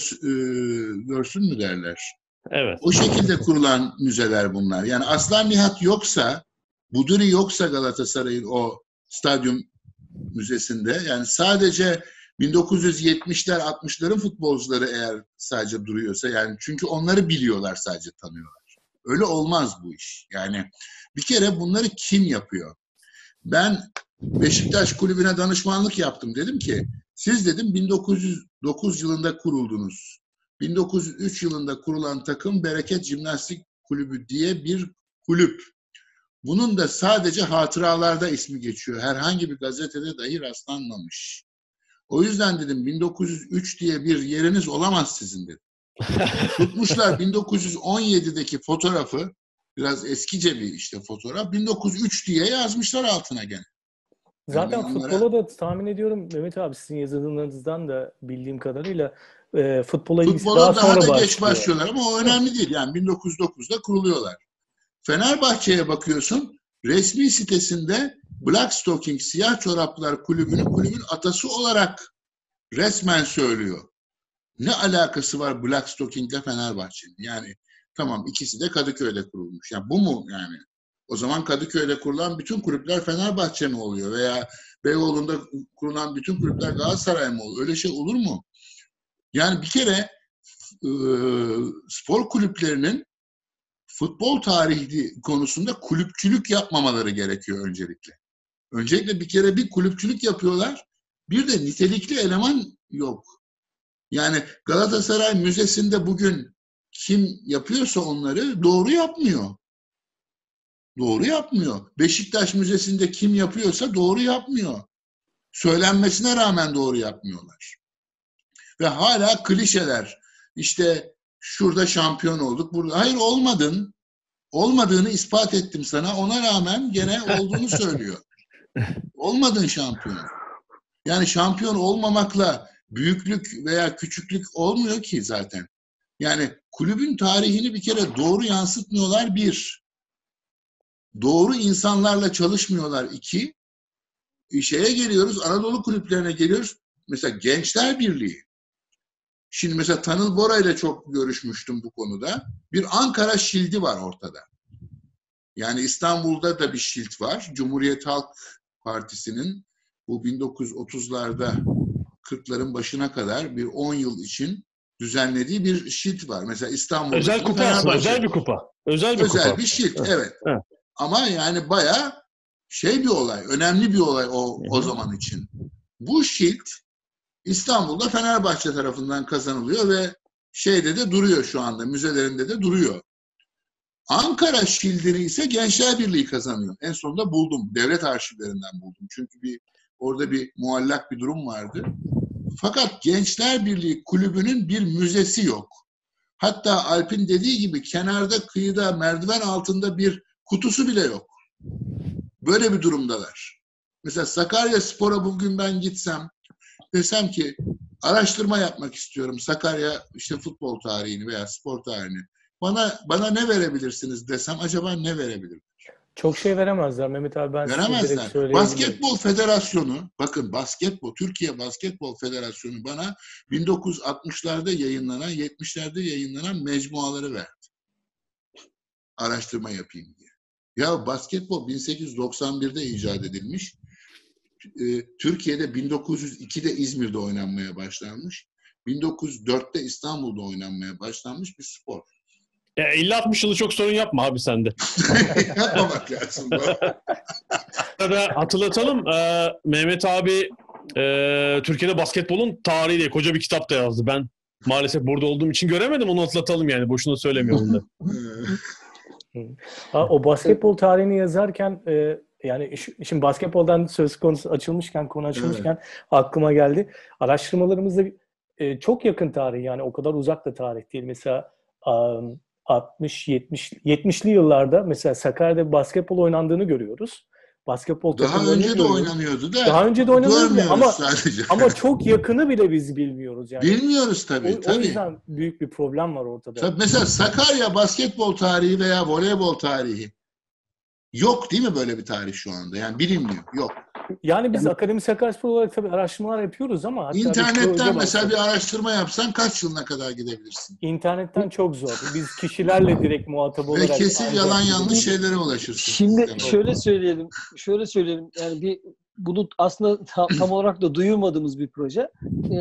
görsün mü derler. Evet. O şekilde kurulan müzeler bunlar. Yani Aslan Nihat yoksa, Buduri yoksa Galatasaray'ın o stadyum müzesinde, yani sadece 1970'ler 60'ların futbolcuları eğer sadece duruyorsa, yani çünkü onları biliyorlar, sadece tanıyorlar. Öyle olmaz bu iş. Yani bir kere bunları kim yapıyor? Ben Beşiktaş Kulübü'ne danışmanlık yaptım. Dedim ki siz dedim 1909 yılında kuruldunuz. 1903 yılında kurulan takım Bereket Jimnastik Kulübü diye bir kulüp. Bunun da sadece hatıralarda ismi geçiyor. Herhangi bir gazetede dahi rastlanmamış. O yüzden dedim 1903 diye bir yeriniz olamaz sizin dedim. Tutmuşlar 1917'deki fotoğrafı, biraz eskice bir işte fotoğraf, 1903 diye yazmışlar altına gene. Zaten yani futbola da tahmin ediyorum Mehmet abi, sizin yazılarınızdan da bildiğim kadarıyla futbola daha sonra da geç başlıyorlar ama o önemli değil. Yani 1909'da kuruluyorlar. Fenerbahçe'ye bakıyorsun, resmi sitesinde Black Stocking Siyah Çoraplar kulübün atası olarak resmen söylüyor. Ne alakası var Black Stocking'le Fenerbahçe'nin? Yani tamam, ikisi de Kadıköy'de kurulmuş. Yani bu mu yani? O zaman Kadıköy'de kurulan bütün kulüpler Fenerbahçe mi oluyor? Veya Beyoğlu'nda kurulan bütün kulüpler Galatasaray mı oluyor? Öyle şey olur mu? Yani bir kere spor kulüplerinin futbol tarihi konusunda kulüpçülük yapmamaları gerekiyor öncelikle. Öncelikle bir kere bir kulüpçülük yapıyorlar. Bir de nitelikli eleman yok. Yani Galatasaray Müzesi'nde bugün kim yapıyorsa onları doğru yapmıyor. Doğru yapmıyor. Beşiktaş Müzesi'nde kim yapıyorsa doğru yapmıyor. Söylenmesine rağmen doğru yapmıyorlar. Ve hala klişeler. İşte şurada şampiyon olduk. Burada. Hayır, olmadın. Olmadığını ispat ettim sana. Ona rağmen gene olduğunu söylüyor. Olmadın şampiyon. Yani şampiyon olmamakla büyüklük veya küçüklük olmuyor ki zaten. Yani kulübün tarihini bir kere doğru yansıtmıyorlar, bir. Doğru insanlarla çalışmıyorlar, iki. Şeye geliyoruz, Anadolu kulüplerine geliyoruz. Mesela Gençler Birliği. Şimdi mesela Tanıl Bora ile çok görüşmüştüm bu konuda. Bir Ankara şildi var ortada. Yani İstanbul'da da bir şilt var. Cumhuriyet Halk Partisi'nin bu 1930'larda 40'ların başına kadar bir 10 yıl için düzenlediği bir şilt var. Mesela İstanbul'da özel kupa aslında, özel bir kupa. Özel bir şilt, evet. Ama yani bayağı bir olay, önemli bir olay o zaman için. Bu şilt İstanbul'da Fenerbahçe tarafından kazanılıyor ve şeyde de duruyor şu anda, müzelerinde de duruyor. Ankara şildini ise Gençler Birliği kazanıyor. En sonunda buldum, devlet arşivlerinden buldum. Çünkü orada bir muallak bir durum vardı. Fakat Gençler Birliği kulübünün bir müzesi yok. Hatta Alp'in dediği gibi kenarda, kıyıda, merdiven altında bir kutusu bile yok. Böyle bir durumdalar. Mesela Sakaryaspor'a bugün ben gitsem, desem ki araştırma yapmak istiyorum Sakarya işte futbol tarihini veya spor tarihini. Bana ne verebilirsiniz desem, acaba ne verebilirim? Çok şey veremezler Mehmet abi, ben size direkt Veremezler. söyleyebilirim. Basketbol Federasyonu, bakın Türkiye Basketbol Federasyonu bana 1960'larda yayınlanan, 70'lerde yayınlanan mecmuaları verdi. Araştırma yapayım diye. Ya basketbol 1891'de icat edilmiş. Türkiye'de 1902'de İzmir'de oynanmaya başlanmış. 1904'te İstanbul'da oynanmaya başlanmış bir spor. 50-60 yılı çok sorun yapma abi sen de. Yapmamak lazım. Hatırlatalım. Mehmet abi Türkiye'de basketbolun tarihi diye koca bir kitap da yazdı. Ben maalesef burada olduğum için göremedim. Onu hatırlatalım yani. Boşuna söylemiyorum da. O basketbol tarihini yazarken yani şimdi basketboldan söz konusu açılmışken, konu açılmışken aklıma geldi. Araştırmalarımızda çok yakın tarih, yani o kadar uzak da tarih değil. Mesela 60-70'li yıllarda mesela Sakarya'da basketbol oynandığını görüyoruz. Basketbol daha önce de oynanıyordu da. Daha önce de oynanıyordu ama çok yakını bile biz bilmiyoruz yani. Bilmiyoruz tabii. O yüzden büyük bir problem var ortada. Tabii mesela Sakarya basketbol tarihi veya voleybol tarihi yok değil mi, böyle bir tarih şu anda? Yani bilinmiyor. Yok. Yani biz Akademi Sakaryaspor olarak tabii araştırmalar yapıyoruz ama hatta İnternetten mesela bir araştırma yapsan kaç yılına kadar gidebilirsin? İnternetten çok zor. Biz kişilerle direkt muhatap olarak... Ve kesin yalan yanlış şeylere ulaşırsın. Şimdi şöyle söyleyelim. Yani bunu aslında tam olarak da duyurmadığımız bir proje.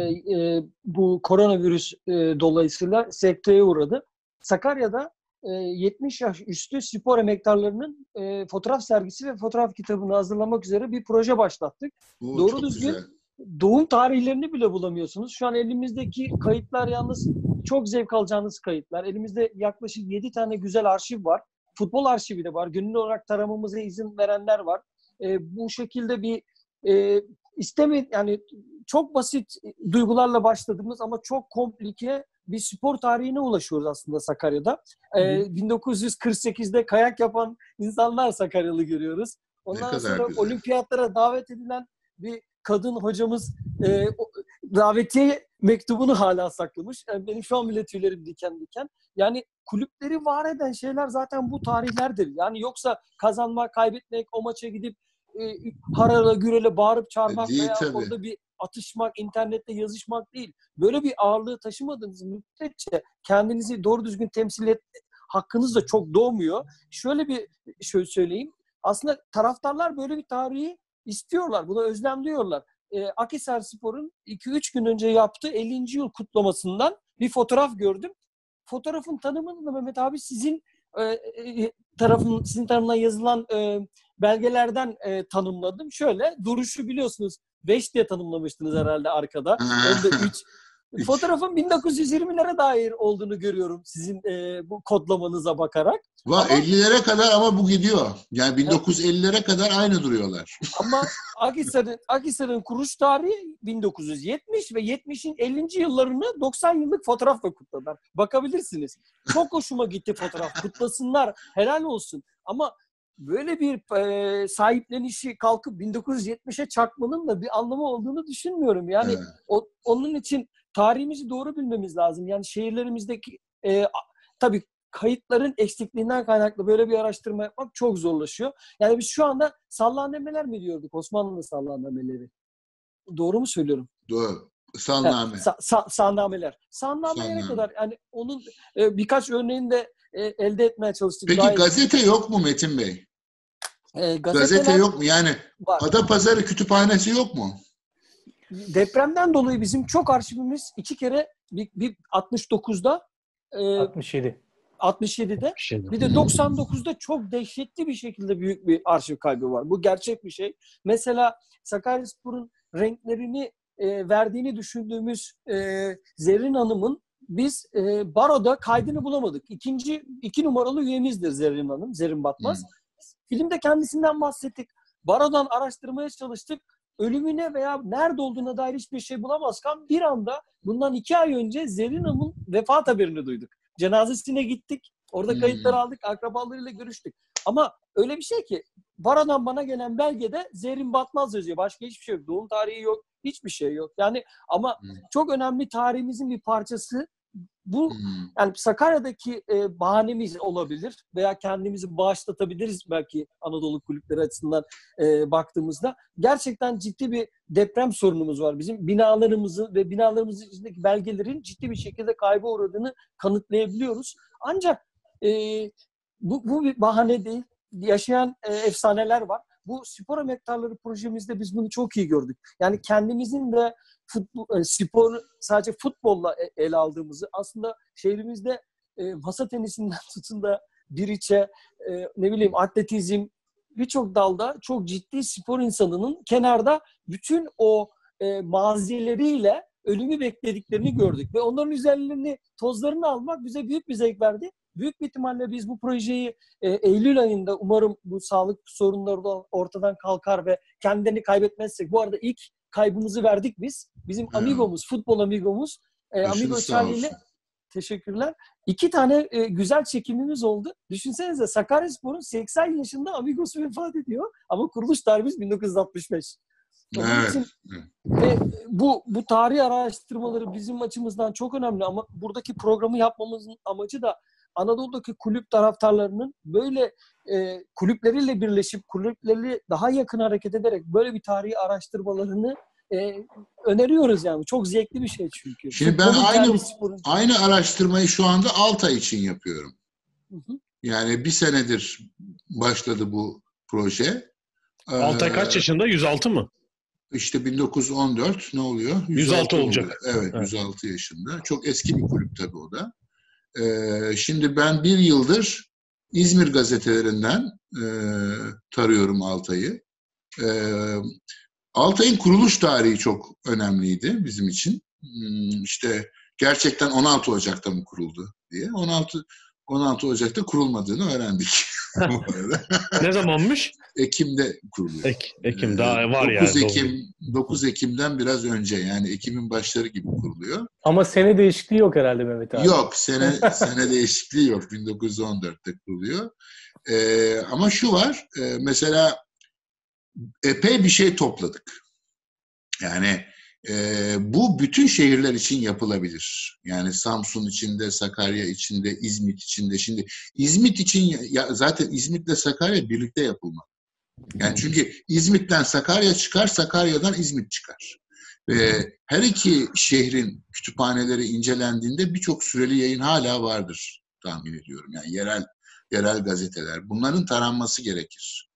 Bu koronavirüs dolayısıyla sekteye uğradı. Sakarya'da 70 yaş üstü spor emektarlarının fotoğraf sergisi ve fotoğraf kitabını hazırlamak üzere bir proje başlattık. Doğru düzgün güzel. Doğum tarihlerini bile bulamıyorsunuz. Şu an elimizdeki kayıtlar yalnız çok zevk alacağınız kayıtlar. Elimizde yaklaşık 7 tane güzel arşiv var. Futbol arşivi de var. Gönüllü olarak taramamıza izin verenler var. Bu şekilde bir yani çok basit duygularla başladığımız ama çok komplike bir spor tarihine ulaşıyoruz aslında Sakarya'da. 1948'de kayak yapan insanlar Sakaryalı görüyoruz. Ondan sonra güzel. Olimpiyatlara davet edilen bir kadın hocamız davetiye mektubunu hala saklamış. Yani benim şu an bile tüylerim diken diken. Yani kulüpleri var eden şeyler zaten bu tarihlerdir. Yani yoksa kazanmak, kaybetmek, o maça gidip harala gürele bağırıp çağırmak veya orada bir atışmak, internette yazışmak değil. Böyle bir ağırlığı taşımadığınız müddetçe kendinizi doğru düzgün temsil etme hakkınız da çok doğmuyor. Şöyle söyleyeyim. Aslında taraftarlar böyle bir tarihi istiyorlar. Buna özlemliyorlar. Akhisarspor'un 2-3 gün önce yaptığı 50. yıl kutlamasından bir fotoğraf gördüm. Fotoğrafın tanımını da Mehmet abi sizin tarafından yazılan belgelerden tanımladım. Şöyle, duruşu biliyorsunuz 5 diye tanımlamıştınız herhalde arkada. Önde 3. Fotoğrafın 1920'lere dair olduğunu görüyorum sizin bu kodlamanıza bakarak. 50'lere kadar ama bu gidiyor. Yani 1950'lere kadar aynı duruyorlar. Ama Akhisar'ın kuruluş tarihi 1970 ve 70'in 50. yıllarını 90 yıllık fotoğrafla kutladılar. Bakabilirsiniz. Çok hoşuma gitti fotoğraf. Kutlasınlar. Helal olsun. Ama böyle bir sahiplenişi kalkıp 1970'e çakmanın da bir anlamı olduğunu düşünmüyorum. Yani onun için tarihimizi doğru bilmemiz lazım. Yani şehirlerimizdeki tabii kayıtların eksikliğinden kaynaklı böyle bir araştırma yapmak çok zorlaşıyor. Yani biz şu anda sallanmeler mi diyorduk? Osmanlı sallanmeleri. Doğru mu söylüyorum? Doğru. Sallame. Sallanmeler. Sallanmelere kadar yani onun birkaç örneğini de elde etmeye çalıştık. Peki gazete yok mu Metin Bey? Gazete yok mu? Yani var. Adapazarı kütüphanesi yok mu? Depremden dolayı bizim çok arşivimiz 2 kere bir 69'da 67'de bir de 99'da çok dehşetli bir şekilde büyük bir arşiv kaybı var. Bu gerçek bir şey. Mesela Sakaryaspor'un renklerini verdiğini düşündüğümüz Zerrin Hanım'ın biz baroda kaydını bulamadık. 2 numaralı üyemizdir Zerrin Hanım, Zerrin Batmaz. Filmde kendisinden bahsettik. Barodan araştırmaya çalıştık. Ölümüne veya nerede olduğuna dair hiçbir şey bulamazken bir anda bundan 2 ay önce Zerrin Hanım'ın vefat haberini duyduk. Cenazesine gittik. Orada kayıtları aldık. Akrabalarıyla görüştük. Ama öyle bir şey ki barodan bana gelen belgede Zerrin Batmaz yazıyor. Başka hiçbir şey yok. Doğum tarihi yok. Hiçbir şey yok. Yani ama çok önemli tarihimizin bir parçası Bu yani Sakarya'daki bahanemiz olabilir veya kendimizi bağışlatabiliriz belki Anadolu kulüpleri açısından baktığımızda. Gerçekten ciddi bir deprem sorunumuz var. Bizim binalarımızın ve binalarımızın içindeki belgelerin ciddi bir şekilde kayba uğradığını kanıtlayabiliyoruz. Ancak bu bir bahane değil. Yaşayan efsaneler var. Bu spor emektarları projemizde biz bunu çok iyi gördük. Yani kendimizin de spor sadece futbolla ele aldığımızı, aslında şehrimizde masa tenisinden tutun da biriçe, ne bileyim atletizm, birçok dalda çok ciddi spor insanının kenarda bütün o mazileriyle ölümü beklediklerini gördük. Ve onların üzerlerini, tozlarını almak bize büyük bir zevk verdi. Büyük bir ihtimalle biz bu projeyi Eylül ayında umarım bu sağlık sorunları da ortadan kalkar ve kendini kaybetmezsek. Bu arada ilk kaybımızı verdik biz. Bizim amigomuz, futbol amigomuz Amigo Charlie ile teşekkürler. 2 tane güzel çekimimiz oldu. Düşünsenize Sakaryaspor'un 80 yaşında amigosu vefat ediyor ama kuruluş tarihimiz 1965. Evet. Için, ve bu tarih araştırmaları bizim açımızdan çok önemli ama buradaki programı yapmamızın amacı da Anadolu'daki kulüp taraftarlarının böyle kulüpleriyle birleşip kulüpleri daha yakın hareket ederek böyle bir tarihi araştırmalarını öneriyoruz yani. Çok zevkli bir şey çünkü. Şimdi ben aynı araştırmayı şu anda Altay için yapıyorum. Yani 1 senedir başladı bu proje. Altay kaç yaşında? 106 mı? İşte 1914 ne oluyor? 106 olacak. Oluyor. Evet, 106 yaşında. Çok eski bir kulüp tabii o da. Şimdi ben 1 yıldır İzmir gazetelerinden tarıyorum Altay'ı. Altay'ın kuruluş tarihi çok önemliydi bizim için. İşte gerçekten 16 Ocak'ta mı kuruldu diye. 16 Ocak'ta kurulmadığını öğrendik. Ne zamanmış? Ekim'de kuruluyor. Ekim daha var 9 Ekim'den biraz önce, yani Ekim'in başları gibi kuruluyor. Ama sene değişikliği yok herhalde Mehmet abi. Yok, sene değişikliği yok. 1914'te kuruluyor. Ama şu var, mesela epey bir şey topladık. Yani bu bütün şehirler için yapılabilir. Yani Samsun içinde, Sakarya içinde, İzmit içinde. Şimdi İzmit için zaten İzmit'le Sakarya birlikte yapılmalı. Yani çünkü İzmit'ten Sakarya çıkar, Sakarya'dan İzmit çıkar. Ve her iki şehrin kütüphaneleri incelendiğinde birçok süreli yayın hala vardır tahmin ediyorum. Yani yerel gazeteler. Bunların taranması gerekir.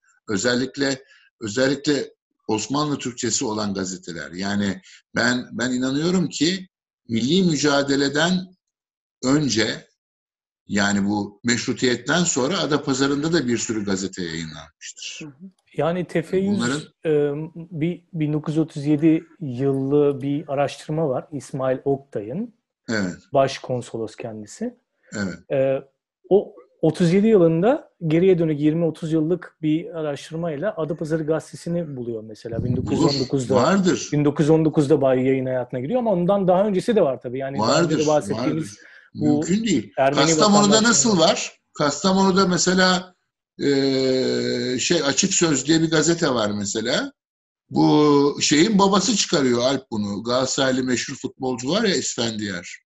Özellikle Osmanlı Türkçesi olan gazeteler. Yani ben inanıyorum ki milli mücadeleden önce, yani bu meşrutiyetten sonra Adapazarı'nda da bir sürü gazete yayınlanmıştır. Yani TF100 bir 1937 yıllı bir araştırma var. İsmail Oktay'ın. Evet. Başkonsolos kendisi. Evet. O 37 yılında geriye dönük 20-30 yıllık bir araştırmayla Adapazarı Gazetesi'ni buluyor mesela 1919'da. Vardır. 1919'da Bayi yayın hayatına giriyor ama ondan daha öncesi de var tabii. Yani vardır. Mümkün değil. Kastamonu'da nasıl var? Kastamonu'da mesela Açık Söz diye bir gazete var mesela. Bu şeyin babası çıkarıyor, Alp bunu. Galatasaraylı meşhur futbolcu var ya, İsfendiyar.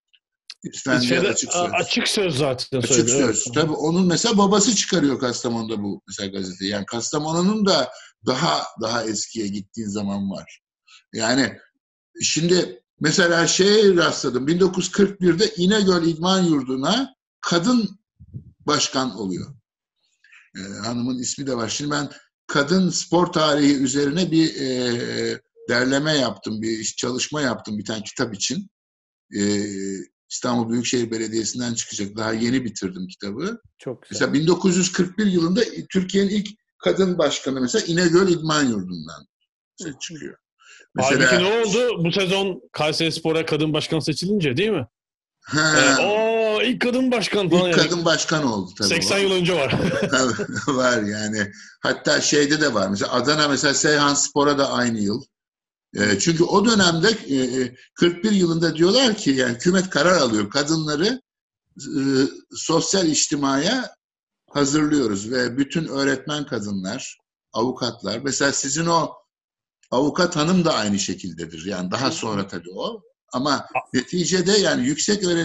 Açık Söz zaten söylüyor. Açık Söz. Evet. Tabii onun mesela babası çıkarıyor Kastamonu'da bu mesela gazete. Yani Kastamonu'nun da daha eskiye gittiği zaman var. Yani şimdi mesela rastladım. 1941'de İnegöl İdman Yurdu'na kadın başkan oluyor. Hanımın ismi de var. Şimdi ben kadın spor tarihi üzerine bir derleme yaptım, bir çalışma yaptım bir tane kitap için. İstanbul Büyükşehir Belediyesi'nden çıkacak. Daha yeni bitirdim kitabı. Çok güzel. Mesela 1941 yılında Türkiye'nin ilk kadın başkanı mesela İnegöl İdman Yurdu'ndan çıkıyor. Mesela, halbuki ne oldu? Bu sezon Kayserispor'a kadın başkan seçilince değil mi? İlk kadın başkan falan. İlk kadın başkan oldu tabii. 80 yıl önce var. Var yani. Hatta de var. Mesela Adana mesela Seyhanspor'a da aynı yıl. Çünkü o dönemde 41 yılında diyorlar ki yani hükümet karar alıyor. Kadınları sosyal içtimaya hazırlıyoruz ve bütün öğretmen kadınlar, avukatlar. Mesela sizin o avukat hanım da aynı şekildedir. Yani daha sonra tabii o. Ama neticede yani yüksek öğrenim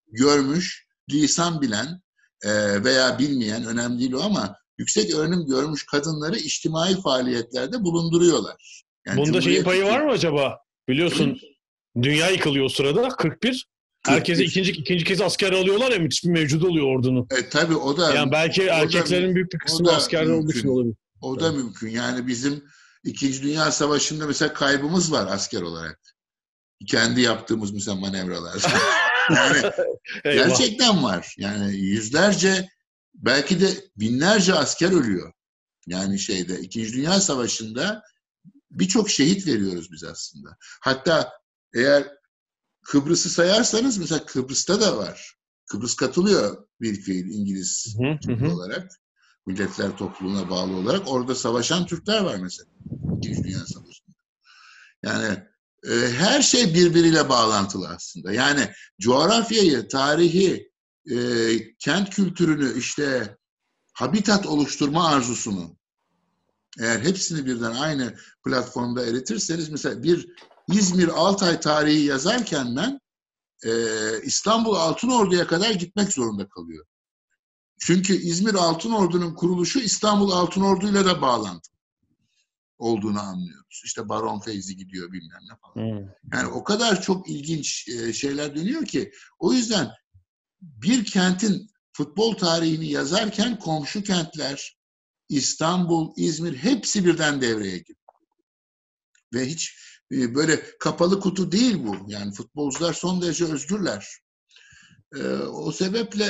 görmüş, lisan bilen veya bilmeyen, önemli değil o, ama yüksek öğrenim görmüş kadınları içtimai faaliyetlerde bulunduruyorlar. Yani Bunda şeyin Cumhuriyet payı var mı acaba? Biliyorsun dünya yıkılıyor o sırada. 41. Herkese ikinci kez asker alıyorlar ya, müthiş bir mevcudu oluyor ordunun. Tabii o da, Yani belki erkeklerin büyük bir kısmı askerde olduğu için olabilir. O da mümkün. Yani bizim İkinci Dünya Savaşı'nda mesela kaybımız var asker olarak. Kendi yaptığımız mesela manevralar. Yani gerçekten var. Yani yüzlerce, belki de binlerce asker ölüyor. Yani İkinci Dünya Savaşı'nda birçok şehit veriyoruz biz aslında. Hatta eğer Kıbrıs'ı sayarsanız mesela Kıbrıs'ta da var. Kıbrıs katılıyor bir fiil İngiliz olarak. Milletler Topluluğu'na bağlı olarak. Orada savaşan Türkler var mesela. İkinci Dünya Savaşı'nda. Yani her şey birbiriyle bağlantılı aslında. Yani coğrafyayı, tarihi, kent kültürünü, habitat oluşturma arzusunu, eğer hepsini birden aynı platformda eritirseniz, mesela bir İzmir Altay tarihi yazarken ben İstanbul Altınordu'ya kadar gitmek zorunda kalıyor. Çünkü İzmir Altınordu'nun kuruluşu İstanbul Altınordu'yla da bağlantılı olduğunu anlıyoruz. Baron Feyzi gidiyor bilmem ne falan. Yani o kadar çok ilginç şeyler dönüyor ki, o yüzden bir kentin futbol tarihini yazarken komşu kentler, İstanbul, İzmir hepsi birden devreye giriyor. Ve hiç böyle kapalı kutu değil bu. Yani futbolcular son derece özgürler. O sebeple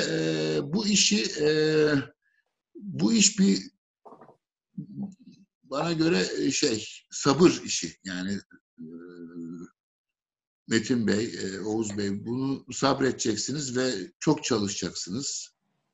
bu iş bir, bana göre sabır işi. Yani Metin Bey, Oğuz Bey, bunu sabredeceksiniz ve çok çalışacaksınız.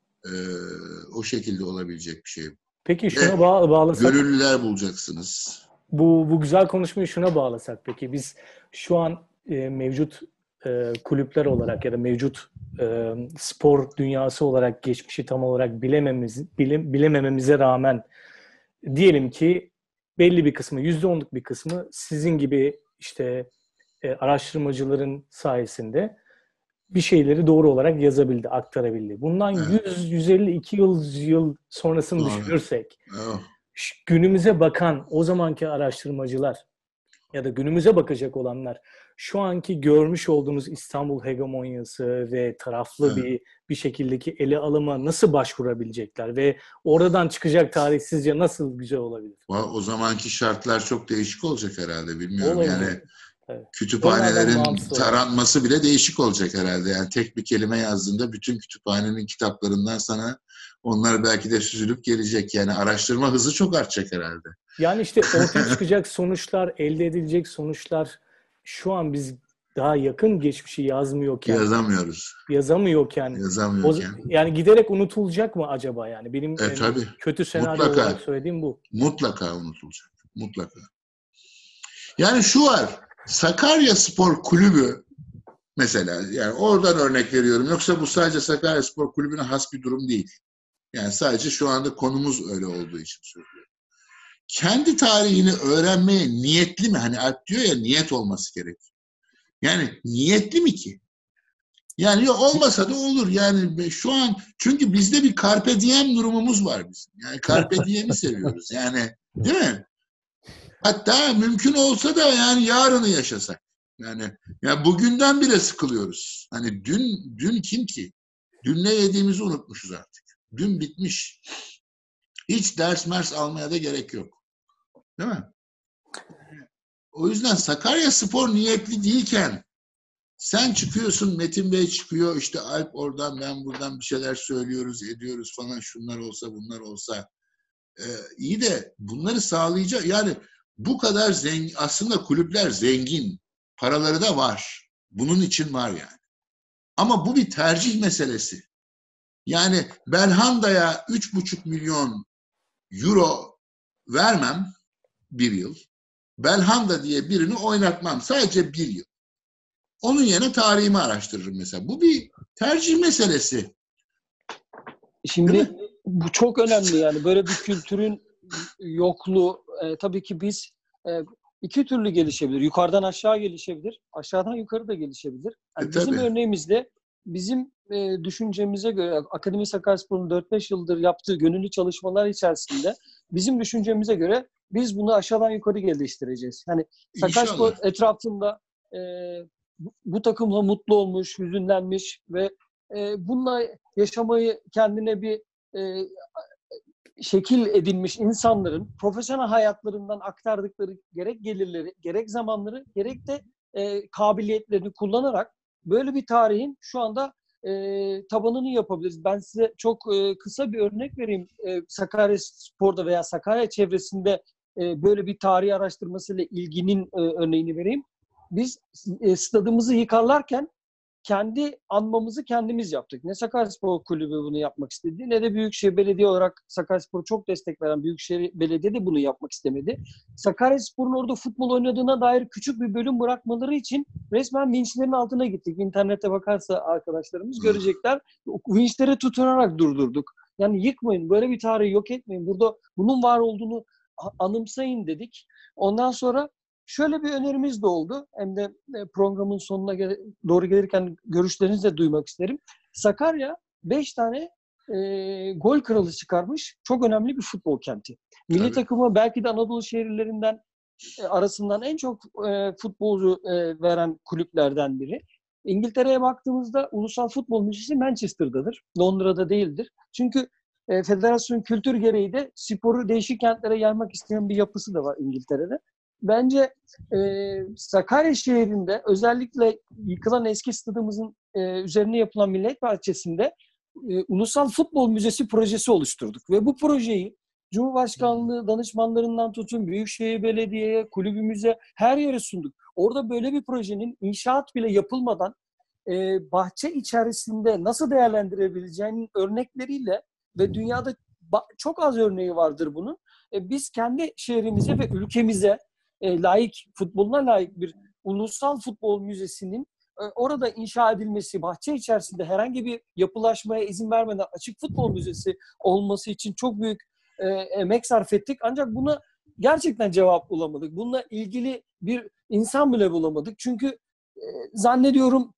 O şekilde olabilecek bir şey. Peki şuna bağlasak... Gönüllüler bulacaksınız. Bu güzel konuşmayı şuna bağlasak peki. Biz şu an mevcut kulüpler olarak ya da mevcut spor dünyası olarak geçmişi tam olarak bilemememize rağmen diyelim ki belli bir kısmı, %10'luk bir kısmı sizin gibi araştırmacıların sayesinde bir şeyleri doğru olarak yazabildi, aktarabildi. Bundan 100-150-200 yıl sonrasını düşünürsek, günümüze bakan o zamanki araştırmacılar ya da günümüze bakacak olanlar şu anki görmüş olduğumuz İstanbul hegemonyası ve taraflı bir şekildeki ele alıma nasıl başvurabilecekler ve oradan çıkacak tarih sizce nasıl güzel olabilir? O zamanki şartlar çok değişik olacak herhalde, bilmiyorum. Olabilir. Yani kütüphanelerin taranması bile değişik olacak herhalde. Yani tek bir kelime yazdığında bütün kütüphanenin kitaplarından sana onlar belki de süzülüp gelecek. Yani araştırma hızı çok artacak herhalde. Yani ortaya çıkacak sonuçlar, elde edilecek sonuçlar şu an biz daha yakın geçmişi yazamıyorken yani giderek unutulacak mı acaba? Yani benim kötü senaryo olarak söylediğim bu. Mutlaka unutulacak. Mutlaka. Yani şu var. Sakaryaspor Kulübü mesela, yani oradan örnek veriyorum. Yoksa bu sadece Sakaryaspor Kulübü'ne has bir durum değil. Yani sadece şu anda konumuz öyle olduğu için söylüyorum. Kendi tarihini öğrenmeye niyetli mi? Hani Alp diyor ya, niyet olması gerek. Yani niyetli mi ki? Yani olmasa da olur. Yani şu an, çünkü bizde bir carpe diem durumumuz var bizim. Yani carpe diem'i seviyoruz. Yani değil mi? Hatta mümkün olsa da yani yarını yaşasak. Yani bugünden bile sıkılıyoruz. Hani dün kim ki? Dün ne yediğimizi unutmuşuz artık. Dün bitmiş. Hiç ders mers almaya da gerek yok. Değil mi? O yüzden Sakaryaspor niyetli değilken sen çıkıyorsun, Metin Bey çıkıyor, Alp oradan, ben buradan bir şeyler söylüyoruz, ediyoruz falan, şunlar olsa, bunlar olsa. İyi de bunları sağlayacak, yani bu kadar zengin, aslında kulüpler zengin, paraları da var. Bunun için var yani. Ama bu bir tercih meselesi. Yani Belhanda'ya 3,5 milyon euro vermem bir yıl. Belhanda diye birini oynatmam. Sadece bir yıl. Onun yerine tarihimi araştırırım mesela. Bu bir tercih meselesi. Şimdi bu çok önemli yani. Böyle bir kültürün yokluğu, tabii ki biz iki türlü gelişebilir. Yukarıdan aşağı gelişebilir. Aşağıdan yukarı da gelişebilir. Yani bizim örneğimizde bizim düşüncemize göre, Akademi Sakaryaspor'un 4-5 yıldır yaptığı gönüllü çalışmalar içerisinde bizim düşüncemize göre biz bunu aşağıdan yukarı geliştireceğiz. Hani Sakaryaspor etrafında bu takımla mutlu olmuş, hüzünlenmiş ve bununla yaşamayı kendine bir şekil edinmiş insanların profesyonel hayatlarından aktardıkları gerek gelirleri, gerek zamanları, gerek de kabiliyetlerini kullanarak böyle bir tarihin şu anda tabanını yapabiliriz. Ben size çok kısa bir örnek vereyim. Sakaryaspor'da veya Sakarya çevresinde böyle bir tarih araştırmasıyla ilginin örneğini vereyim. Biz stadımızı yıkarlarken kendi anmamızı kendimiz yaptık. Ne Sakaryaspor Kulübü bunu yapmak istedi, ne de Büyükşehir Belediye olarak Sakaryaspor'u çok destek veren Büyükşehir Belediye de bunu yapmak istemedi. Sakaryaspor'un orada futbol oynadığına dair küçük bir bölüm bırakmaları için resmen vinçlerin altına gittik. İnternete bakarsa arkadaşlarımız görecekler. Vinçleri tutunarak durdurduk. Yani yıkmayın, böyle bir tarihi yok etmeyin. Burada bunun var olduğunu anımsayın dedik. Ondan sonra şöyle bir önerimiz de oldu. Hem de programın sonuna doğru gelirken görüşlerinizi de duymak isterim. Sakarya 5 tane gol kralı çıkarmış. Çok önemli bir futbol kenti. Milli takımı belki de Anadolu şehirlerinden arasından en çok futbolcu veren kulüplerden biri. İngiltere'ye baktığımızda ulusal futbol müzesi Manchester'dadır. Londra'da değildir. Çünkü federasyon kültür gereği de sporu değişik kentlere yaymak isteyen bir yapısı da var İngiltere'de. Bence Sakarya şehrinde özellikle yıkılan eski stadımızın üzerine yapılan Millet Bahçesi'nde Ulusal Futbol Müzesi projesi oluşturduk. Ve bu projeyi Cumhurbaşkanlığı danışmanlarından tutun Büyükşehir Belediye'ye, kulübümüze her yere sunduk. Orada böyle bir projenin inşaat bile yapılmadan bahçe içerisinde nasıl değerlendirebileceğinin örnekleriyle ve dünyada çok az örneği vardır bunun. Biz kendi şehrimize ve ülkemize layık, futboluna layık bir ulusal futbol müzesinin orada inşa edilmesi, bahçe içerisinde herhangi bir yapılaşmaya izin vermeden açık futbol müzesi olması için çok büyük emek sarf ettik. Ancak buna gerçekten cevap bulamadık. Bununla ilgili bir insan bile bulamadık. Çünkü zannediyorum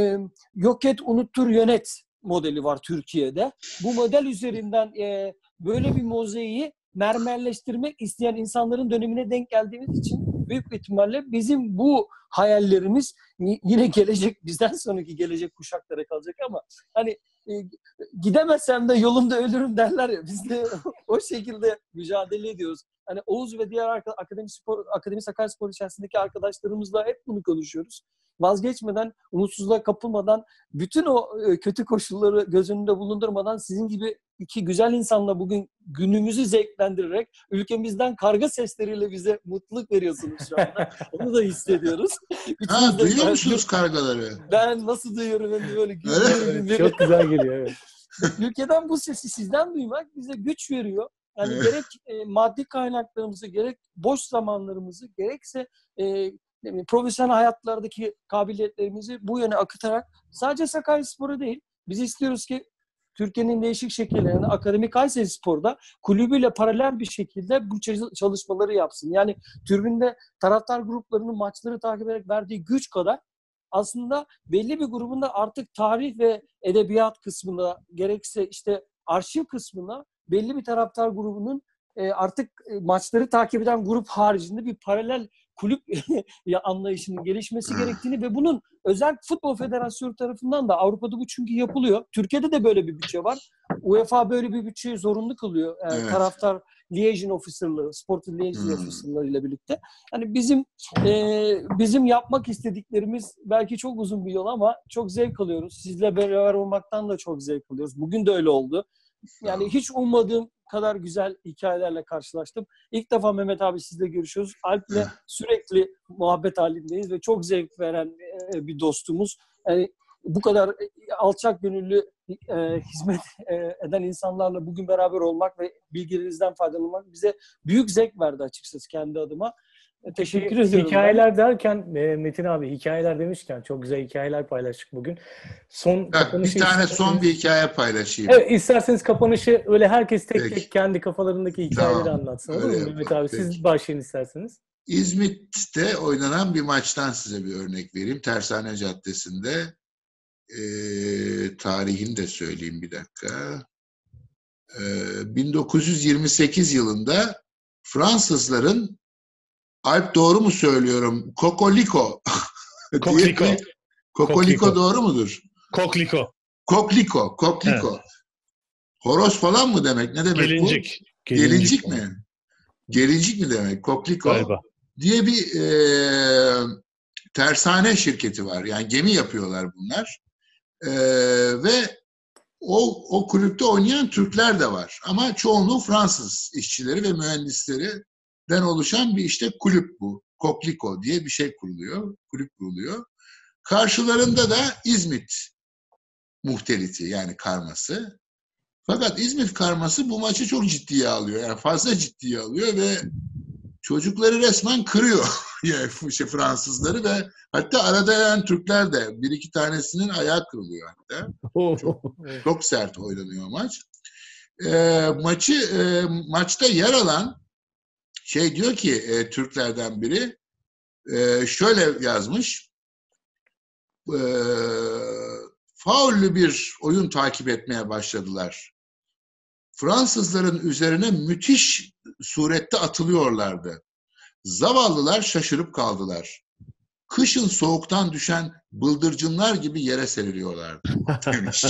yok et, unuttur, yönet modeli var Türkiye'de. Bu model üzerinden böyle bir mozaiği mermerleştirmek isteyen insanların dönemine denk geldiğimiz için büyük bir ihtimalle bizim bu hayallerimiz yine gelecek, bizden sonraki gelecek kuşaklara kalacak ama hani gidemezsem de yolumda ölürüm derler ya, biz de o şekilde mücadele ediyoruz. Hani Oğuz ve diğer Akademi Sakaryaspor içerisindeki arkadaşlarımızla hep bunu konuşuyoruz. Vazgeçmeden, umutsuzluğa kapılmadan, bütün o kötü koşulları göz önünde bulundurmadan sizin gibi iki güzel insanla bugün günümüzü zevklendirerek ülkemizden karga sesleriyle bize mutluluk veriyorsunuz şu anda. Onu da hissediyoruz. Duyuyor musunuz kargaları? Ben nasıl duyuyorum? Ben böyle gülüyorum. Çok güzel geliyor. Evet. Ülkeden bu sesi sizden duymak bize güç veriyor. Yani gerek maddi kaynaklarımızı, gerek boş zamanlarımızı, gerekse profesyonel hayatlardaki kabiliyetlerimizi bu yöne akıtarak sadece Sakaryaspor'a değil, biz istiyoruz ki Türkiye'nin değişik şekillerinde Akademi Kayserispor'da kulübüyle paralel bir şekilde bu çalışmaları yapsın. Yani tribünde taraftar gruplarının maçları takip ederek verdiği güç kadar aslında belli bir grubunda artık tarih ve edebiyat kısmında, gerekse işte arşiv kısmında belli bir taraftar grubunun artık maçları takip eden grup haricinde bir paralel kulüp anlayışının gelişmesi gerektiğini ve bunun özel futbol federasyonu tarafından da Avrupa'da bu çünkü yapılıyor. Türkiye'de de böyle bir bütçe var. UEFA böyle bir bütçeyi zorunlu kılıyor. Taraftar liaison officer'ları, sportif liaison officer'ları ile birlikte. Yani bizim yapmak istediklerimiz belki çok uzun bir yol ama çok zevk alıyoruz. Sizle beraber olmaktan da çok zevk alıyoruz. Bugün de öyle oldu. Yani hiç ummadığım kadar güzel hikayelerle karşılaştım. İlk defa Mehmet abi sizle görüşüyoruz. Alp'le sürekli muhabbet halindeyiz ve çok zevk veren bir dostumuz. Yani bu kadar alçak gönüllü hizmet eden insanlarla bugün beraber olmak ve bilgilerinizden faydalanmak bize büyük zevk verdi açıkçası kendi adıma. Teşekkür ediyorum. Hikayeler derken Metin abi, hikayeler demişken çok güzel hikayeler paylaştık bugün. Son bir hikaye paylaşayım. Evet, isterseniz kapanışı öyle herkes tek kendi kafalarındaki hikayeleri anlatsın. Olur mu Mehmet abi? Peki. Siz başlayın isterseniz. İzmit'te oynanan bir maçtan size bir örnek vereyim. Tersane Caddesi'nde tarihini de söyleyeyim bir dakika. 1928 yılında Fransızların, Alp doğru mu söylüyorum? Kokoliko. Kokoliko doğru mudur? Kokliko. Evet. Horoz falan mı demek? Ne demek Gelincik. bu? Gelincik mi? Gelincik mi demek? Kokliko Galiba. diye bir tersane şirketi var. Yani gemi yapıyorlar bunlar. Ve o kulüpte oynayan Türkler de var. Ama çoğunluğu Fransız işçileri ve mühendislerinden oluşan bir işte kulüp bu. Kokliko diye bir şey kuruluyor. Kulüp kuruluyor. Karşılarında da İzmit muhteliti, yani karması. Fakat İzmit karması bu maçı çok ciddiye alıyor. Yani fazla ciddiye alıyor ve çocukları resmen kırıyor yani Fransızları ve hatta arada yani Türkler de bir iki tanesinin ayağı kırılıyor hatta. Çok sert oynanıyor maç. Maçta yer alan diyor ki Türklerden biri şöyle yazmış. Faullü bir oyun takip etmeye başladılar. Fransızların üzerine müthiş surette atılıyorlardı. Zavallılar şaşırıp kaldılar. Kışın soğuktan düşen bıldırcınlar gibi yere seriliyorlardı demiş.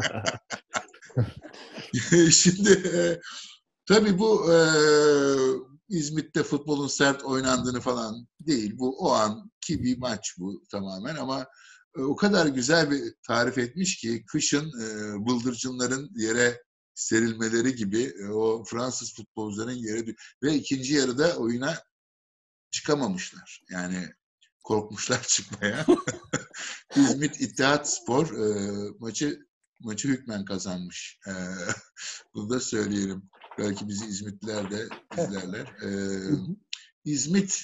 Şimdi tabii bu İzmit'te futbolun sert oynandığını falan değil. Bu o anki bir maç bu tamamen ama o kadar güzel bir tarif etmiş ki kışın bıldırcınların yere serilmeleri gibi o Fransız futbolcuların yere ve ikinci yarıda oyuna çıkamamışlar. Yani korkmuşlar çıkmaya. İzmit İttihatspor maçı hükmen kazanmış. Bunu da söyleyelim. Belki bizi İzmitliler de izlerler. İzmit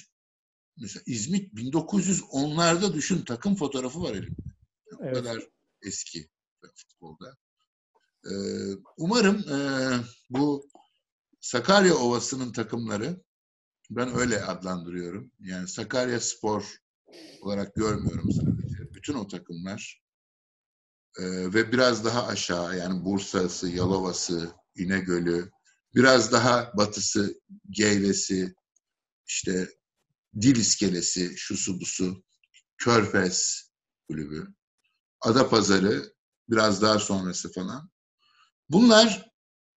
1910'larda düşün, takım fotoğrafı var elimde. Evet. O kadar eski futbolda. Umarım bu Sakarya Ovası'nın takımları, ben öyle adlandırıyorum. Yani Sakaryaspor olarak görmüyorum sadece. Bütün o takımlar ve biraz daha aşağı, yani Bursa'sı, Yalova'sı, İnegöl'ü, biraz daha batısı, Geyve'si, işte Diliskelesi, şusu busu, Körfez kulübü, Adapazarı, biraz daha sonrası falan. Bunlar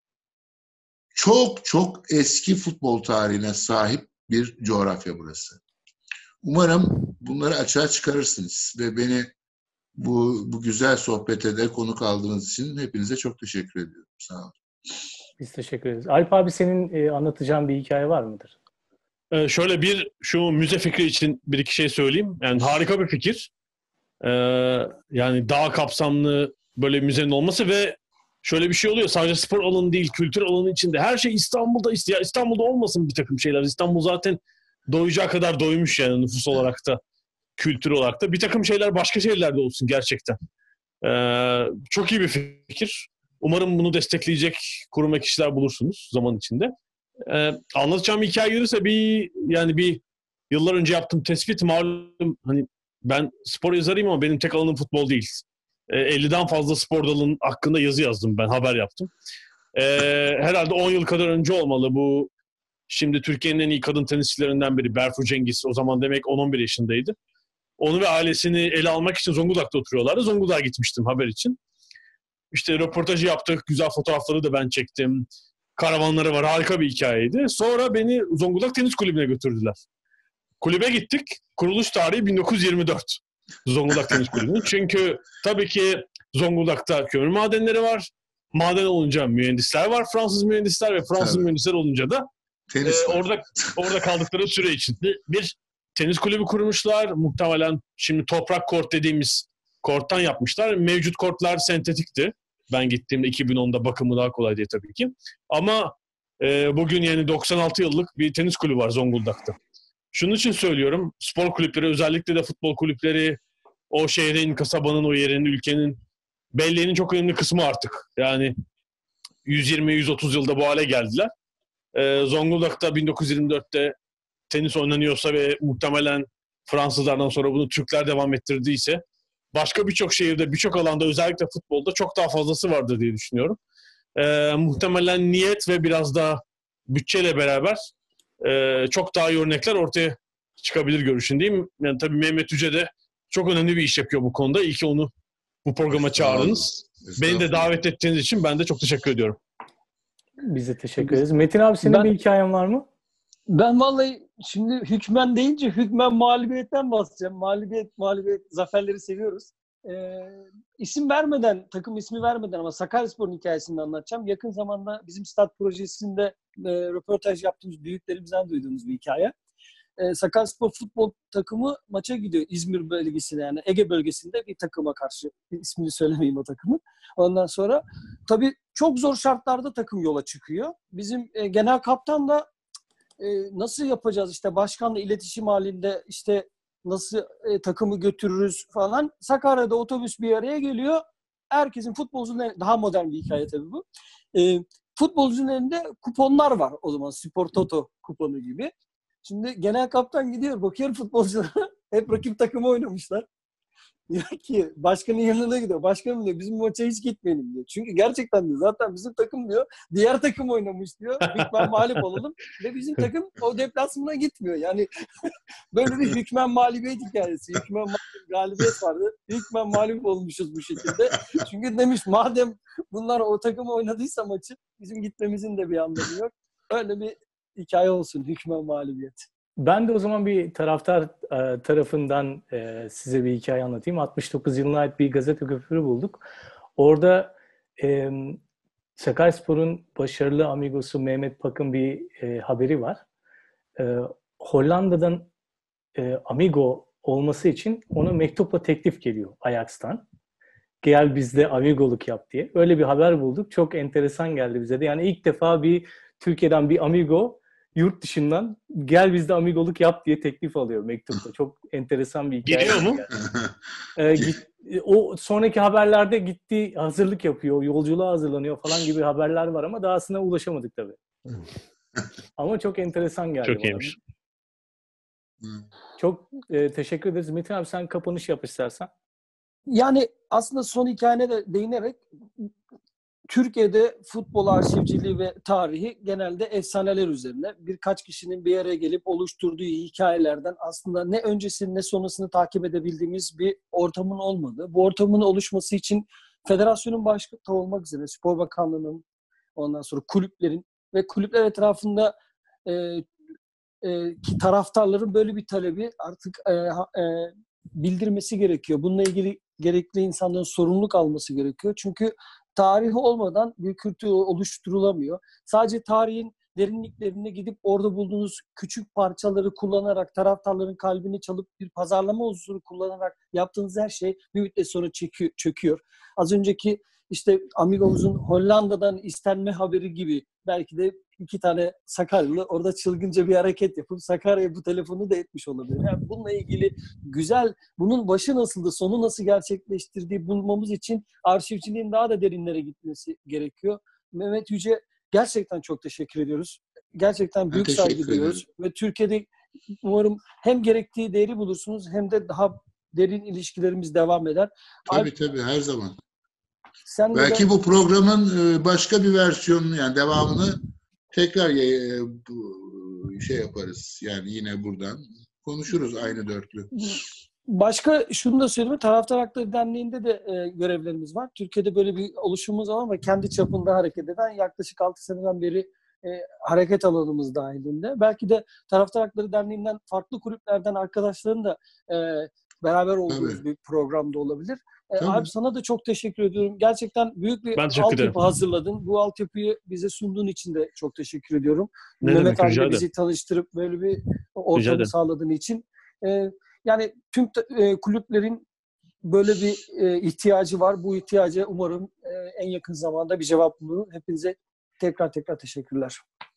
çok çok eski futbol tarihine sahip bir coğrafya burası. Umarım bunları açığa çıkarırsınız ve beni bu güzel sohbete de konuk aldığınız için hepinize çok teşekkür ediyorum. Sağ olun. Biz teşekkür ederiz. Alp abi, senin anlatacağın bir hikaye var mıdır? Şöyle şu müze fikri için bir iki şey söyleyeyim. Yani harika bir fikir. Yani daha kapsamlı böyle bir müzenin olması ve şöyle bir şey oluyor. Sadece spor alanı değil, kültür alanı içinde. Her şey İstanbul'da olmasın bir takım şeyler. İstanbul zaten doyacağı kadar doymuş yani nüfus olarak da, kültür olarak da. Bir takım şeyler başka şehirlerde olsun gerçekten. Çok iyi bir fikir. Umarım bunu destekleyecek kurum ve kişiler bulursunuz zaman içinde. Anlatacağım bir hikaye gelirse bir yıllar önce yaptığım tespit, malum hani ben spor yazarıyım ama benim tek alanım futbol değil. 50'den fazla spor dalının hakkında yazı yazdım ben, haber yaptım. Herhalde 10 yıl kadar önce olmalı bu. Şimdi Türkiye'nin en iyi kadın tenisçilerinden biri Berfu Cengiz, o zaman demek 10-11 yaşındaydı. Onu ve ailesini ele almak için Zonguldak'ta oturuyorlardı. Zonguldak'a gitmiştim haber için. İşte röportajı yaptık, güzel fotoğrafları da ben çektim. Karavanları var, harika bir hikayeydi. Sonra beni Zonguldak Tenis Kulübü'ne götürdüler. Kulübe gittik. Kuruluş tarihi 1924. Zonguldak Tenis Kulübü'nün. Çünkü tabii ki Zonguldak'ta kömür madenleri var. Maden olunca mühendisler var, Fransız mühendisler, ve Fransız mühendisler olunca da orada kaldıkları süre için bir tenis kulübü kurmuşlar. Muhtemelen şimdi toprak kort dediğimiz korttan yapmışlar. Mevcut kortlar sentetikti. Ben gittiğimde 2010'da bakımı daha kolay diye tabii ki. Ama bugün yani 96 yıllık bir tenis kulübü var Zonguldak'ta. Şunun için söylüyorum. Spor kulüpleri, özellikle de futbol kulüpleri, o şehrin, kasabanın, o yerin, ülkenin belleğinin çok önemli kısmı artık. Yani 120-130 yılda bu hale geldiler. Zonguldak'ta 1924'te tenis oynanıyorsa ve muhtemelen Fransızlardan sonra bunu Türkler devam ettirdiyse başka birçok şehirde, birçok alanda, özellikle futbolda çok daha fazlası vardır diye düşünüyorum. Muhtemelen niyet ve biraz daha bütçeyle beraber çok daha iyi örnekler ortaya çıkabilir görüşündeyim. Yani tabii Mehmet Yüce de çok önemli bir iş yapıyor bu konuda. İyi ki onu bu programa çağırdınız. Beni de davet ettiğiniz için ben de çok teşekkür ediyorum. Biz de teşekkür ederiz. Metin abi, senin bir hikayen var mı? Ben vallahi şimdi hükmen deyince hükmen mağlubiyetten bahsedeceğim. Mağlubiyet, zaferleri seviyoruz. İsim vermeden, takım ismi vermeden ama Sakaryaspor'un hikayesini anlatacağım. Yakın zamanda bizim stat projesinde röportaj yaptığımız büyüklerimizden duyduğumuz bir hikaye. Sakaryaspor futbol takımı maça gidiyor İzmir bölgesine, yani Ege bölgesinde bir takıma karşı. İsmini söylemeyeyim o takımın. Ondan sonra tabii çok zor şartlarda takım yola çıkıyor. Bizim genel kaptan da nasıl yapacağız, işte başkanla iletişim halinde, işte nasıl takımı götürürüz falan. Sakarya'da otobüs bir araya geliyor. Herkesin futbolcunun, daha modern bir hikaye tabii bu. Futbolcunun elinde kuponlar var o zaman. Spor Toto kuponu gibi. Şimdi genel kaptan gidiyor, bakıyor futbolculara. Hep rakip takımı oynamışlar. Diyor ki başkanın yanına gidiyor. Başkanım diyor, bizim maça hiç gitmeyelim diyor. Çünkü gerçekten diyor, zaten bizim takım diyor diğer takım oynamış diyor. Hükmen mağlup olalım ve bizim takım o deplasmana gitmiyor. Yani böyle bir hükmen mağlubiyet hikayesi. Hükmen galibiyet vardı. Hükmen mağlup olmuşuz bu şekilde. Çünkü demiş, madem bunlar o takımı oynadıysa maçı, bizim gitmemizin de bir anlamı yok. Öyle bir hikaye olsun, hükmen mağlubiyet. Ben de o zaman bir taraftar tarafından size bir hikaye anlatayım. 69 yılına ait bir gazete küpürü bulduk. Orada Sakaryaspor'un başarılı amigosu Mehmet Pak'ın bir haberi var. Hollanda'dan amigo olması için ona mektupla teklif geliyor Ajax'tan. Gel bizde amigoluk yap diye. Öyle bir haber bulduk. Çok enteresan geldi bize de. Yani ilk defa bir Türkiye'den bir amigo yurt dışından gel bizde amigoluk yap diye teklif alıyor mektupta. Çok enteresan bir hikaye. Geliyor mu? O sonraki haberlerde gitti, hazırlık yapıyor, yolculuğa hazırlanıyor falan gibi haberler var ama dahasına ulaşamadık tabii. Ama çok enteresan geldi. Çok iyiymiş. Çok teşekkür ederiz. Metin abi, sen kapanış yap istersen. Yani aslında son hikayene de değinerek, Türkiye'de futbol arşivciliği ve tarihi genelde efsaneler üzerine, birkaç kişinin bir araya gelip oluşturduğu hikayelerden aslında ne öncesini ne sonrasını takip edebildiğimiz bir ortamın olmadığı. Bu ortamın oluşması için federasyonun başta olmak üzere Spor Bakanlığı'nın, ondan sonra kulüplerin ve kulüpler etrafında ki taraftarların böyle bir talebi artık bildirmesi gerekiyor. Bununla ilgili gerekli insanların sorumluluk alması gerekiyor. Çünkü tarihi olmadan bir kültür oluşturulamıyor. Sadece tarihin derinliklerine gidip orada bulduğunuz küçük parçaları kullanarak, taraftarların kalbini çalıp bir pazarlama unsuru kullanarak yaptığınız her şey bir müddet sonra çöküyor. Az önceki işte amigomuzun Hollanda'dan istenme haberi gibi belki de 2 tane Sakaryalı orada çılgınca bir hareket yapıp Sakarya'ya bu telefonu da etmiş olabilir. Yani bununla ilgili güzel, bunun başı nasıldı, sonu nasıl gerçekleştirdiği bulmamız için arşivciliğin daha da derinlere gitmesi gerekiyor. Mehmet Yüce, gerçekten çok teşekkür ediyoruz. Gerçekten büyük saygı duyuyoruz. Ve Türkiye'de umarım hem gerektiği değeri bulursunuz hem de daha derin ilişkilerimiz devam eder. Tabii her zaman. Belki bu programın başka bir versiyonunu, yani devamını tekrar şey yaparız. Yani yine buradan konuşuruz aynı dörtlü. Başka şunu da söyleyeyim. Taraftar Hakları Derneği'nde de görevlerimiz var. Türkiye'de böyle bir oluşumumuz var ama kendi çapında hareket eden, yaklaşık 6 seneden beri hareket alanımız dahilinde. Belki de Taraftar Hakları Derneği'nden farklı kulüplerden arkadaşların da beraber olduğumuz bir programda olabilir. Abi, sana da çok teşekkür ediyorum. Gerçekten büyük bir altyapı hazırladın. Bu altyapıyı bize sunduğun için de çok teşekkür ediyorum. Mehmet abiyle bizi tanıştırıp böyle bir ortamı sağladığın için. Yani tüm kulüplerin böyle bir ihtiyacı var. Bu ihtiyaca umarım en yakın zamanda bir cevap bulur. Hepinize tekrar teşekkürler.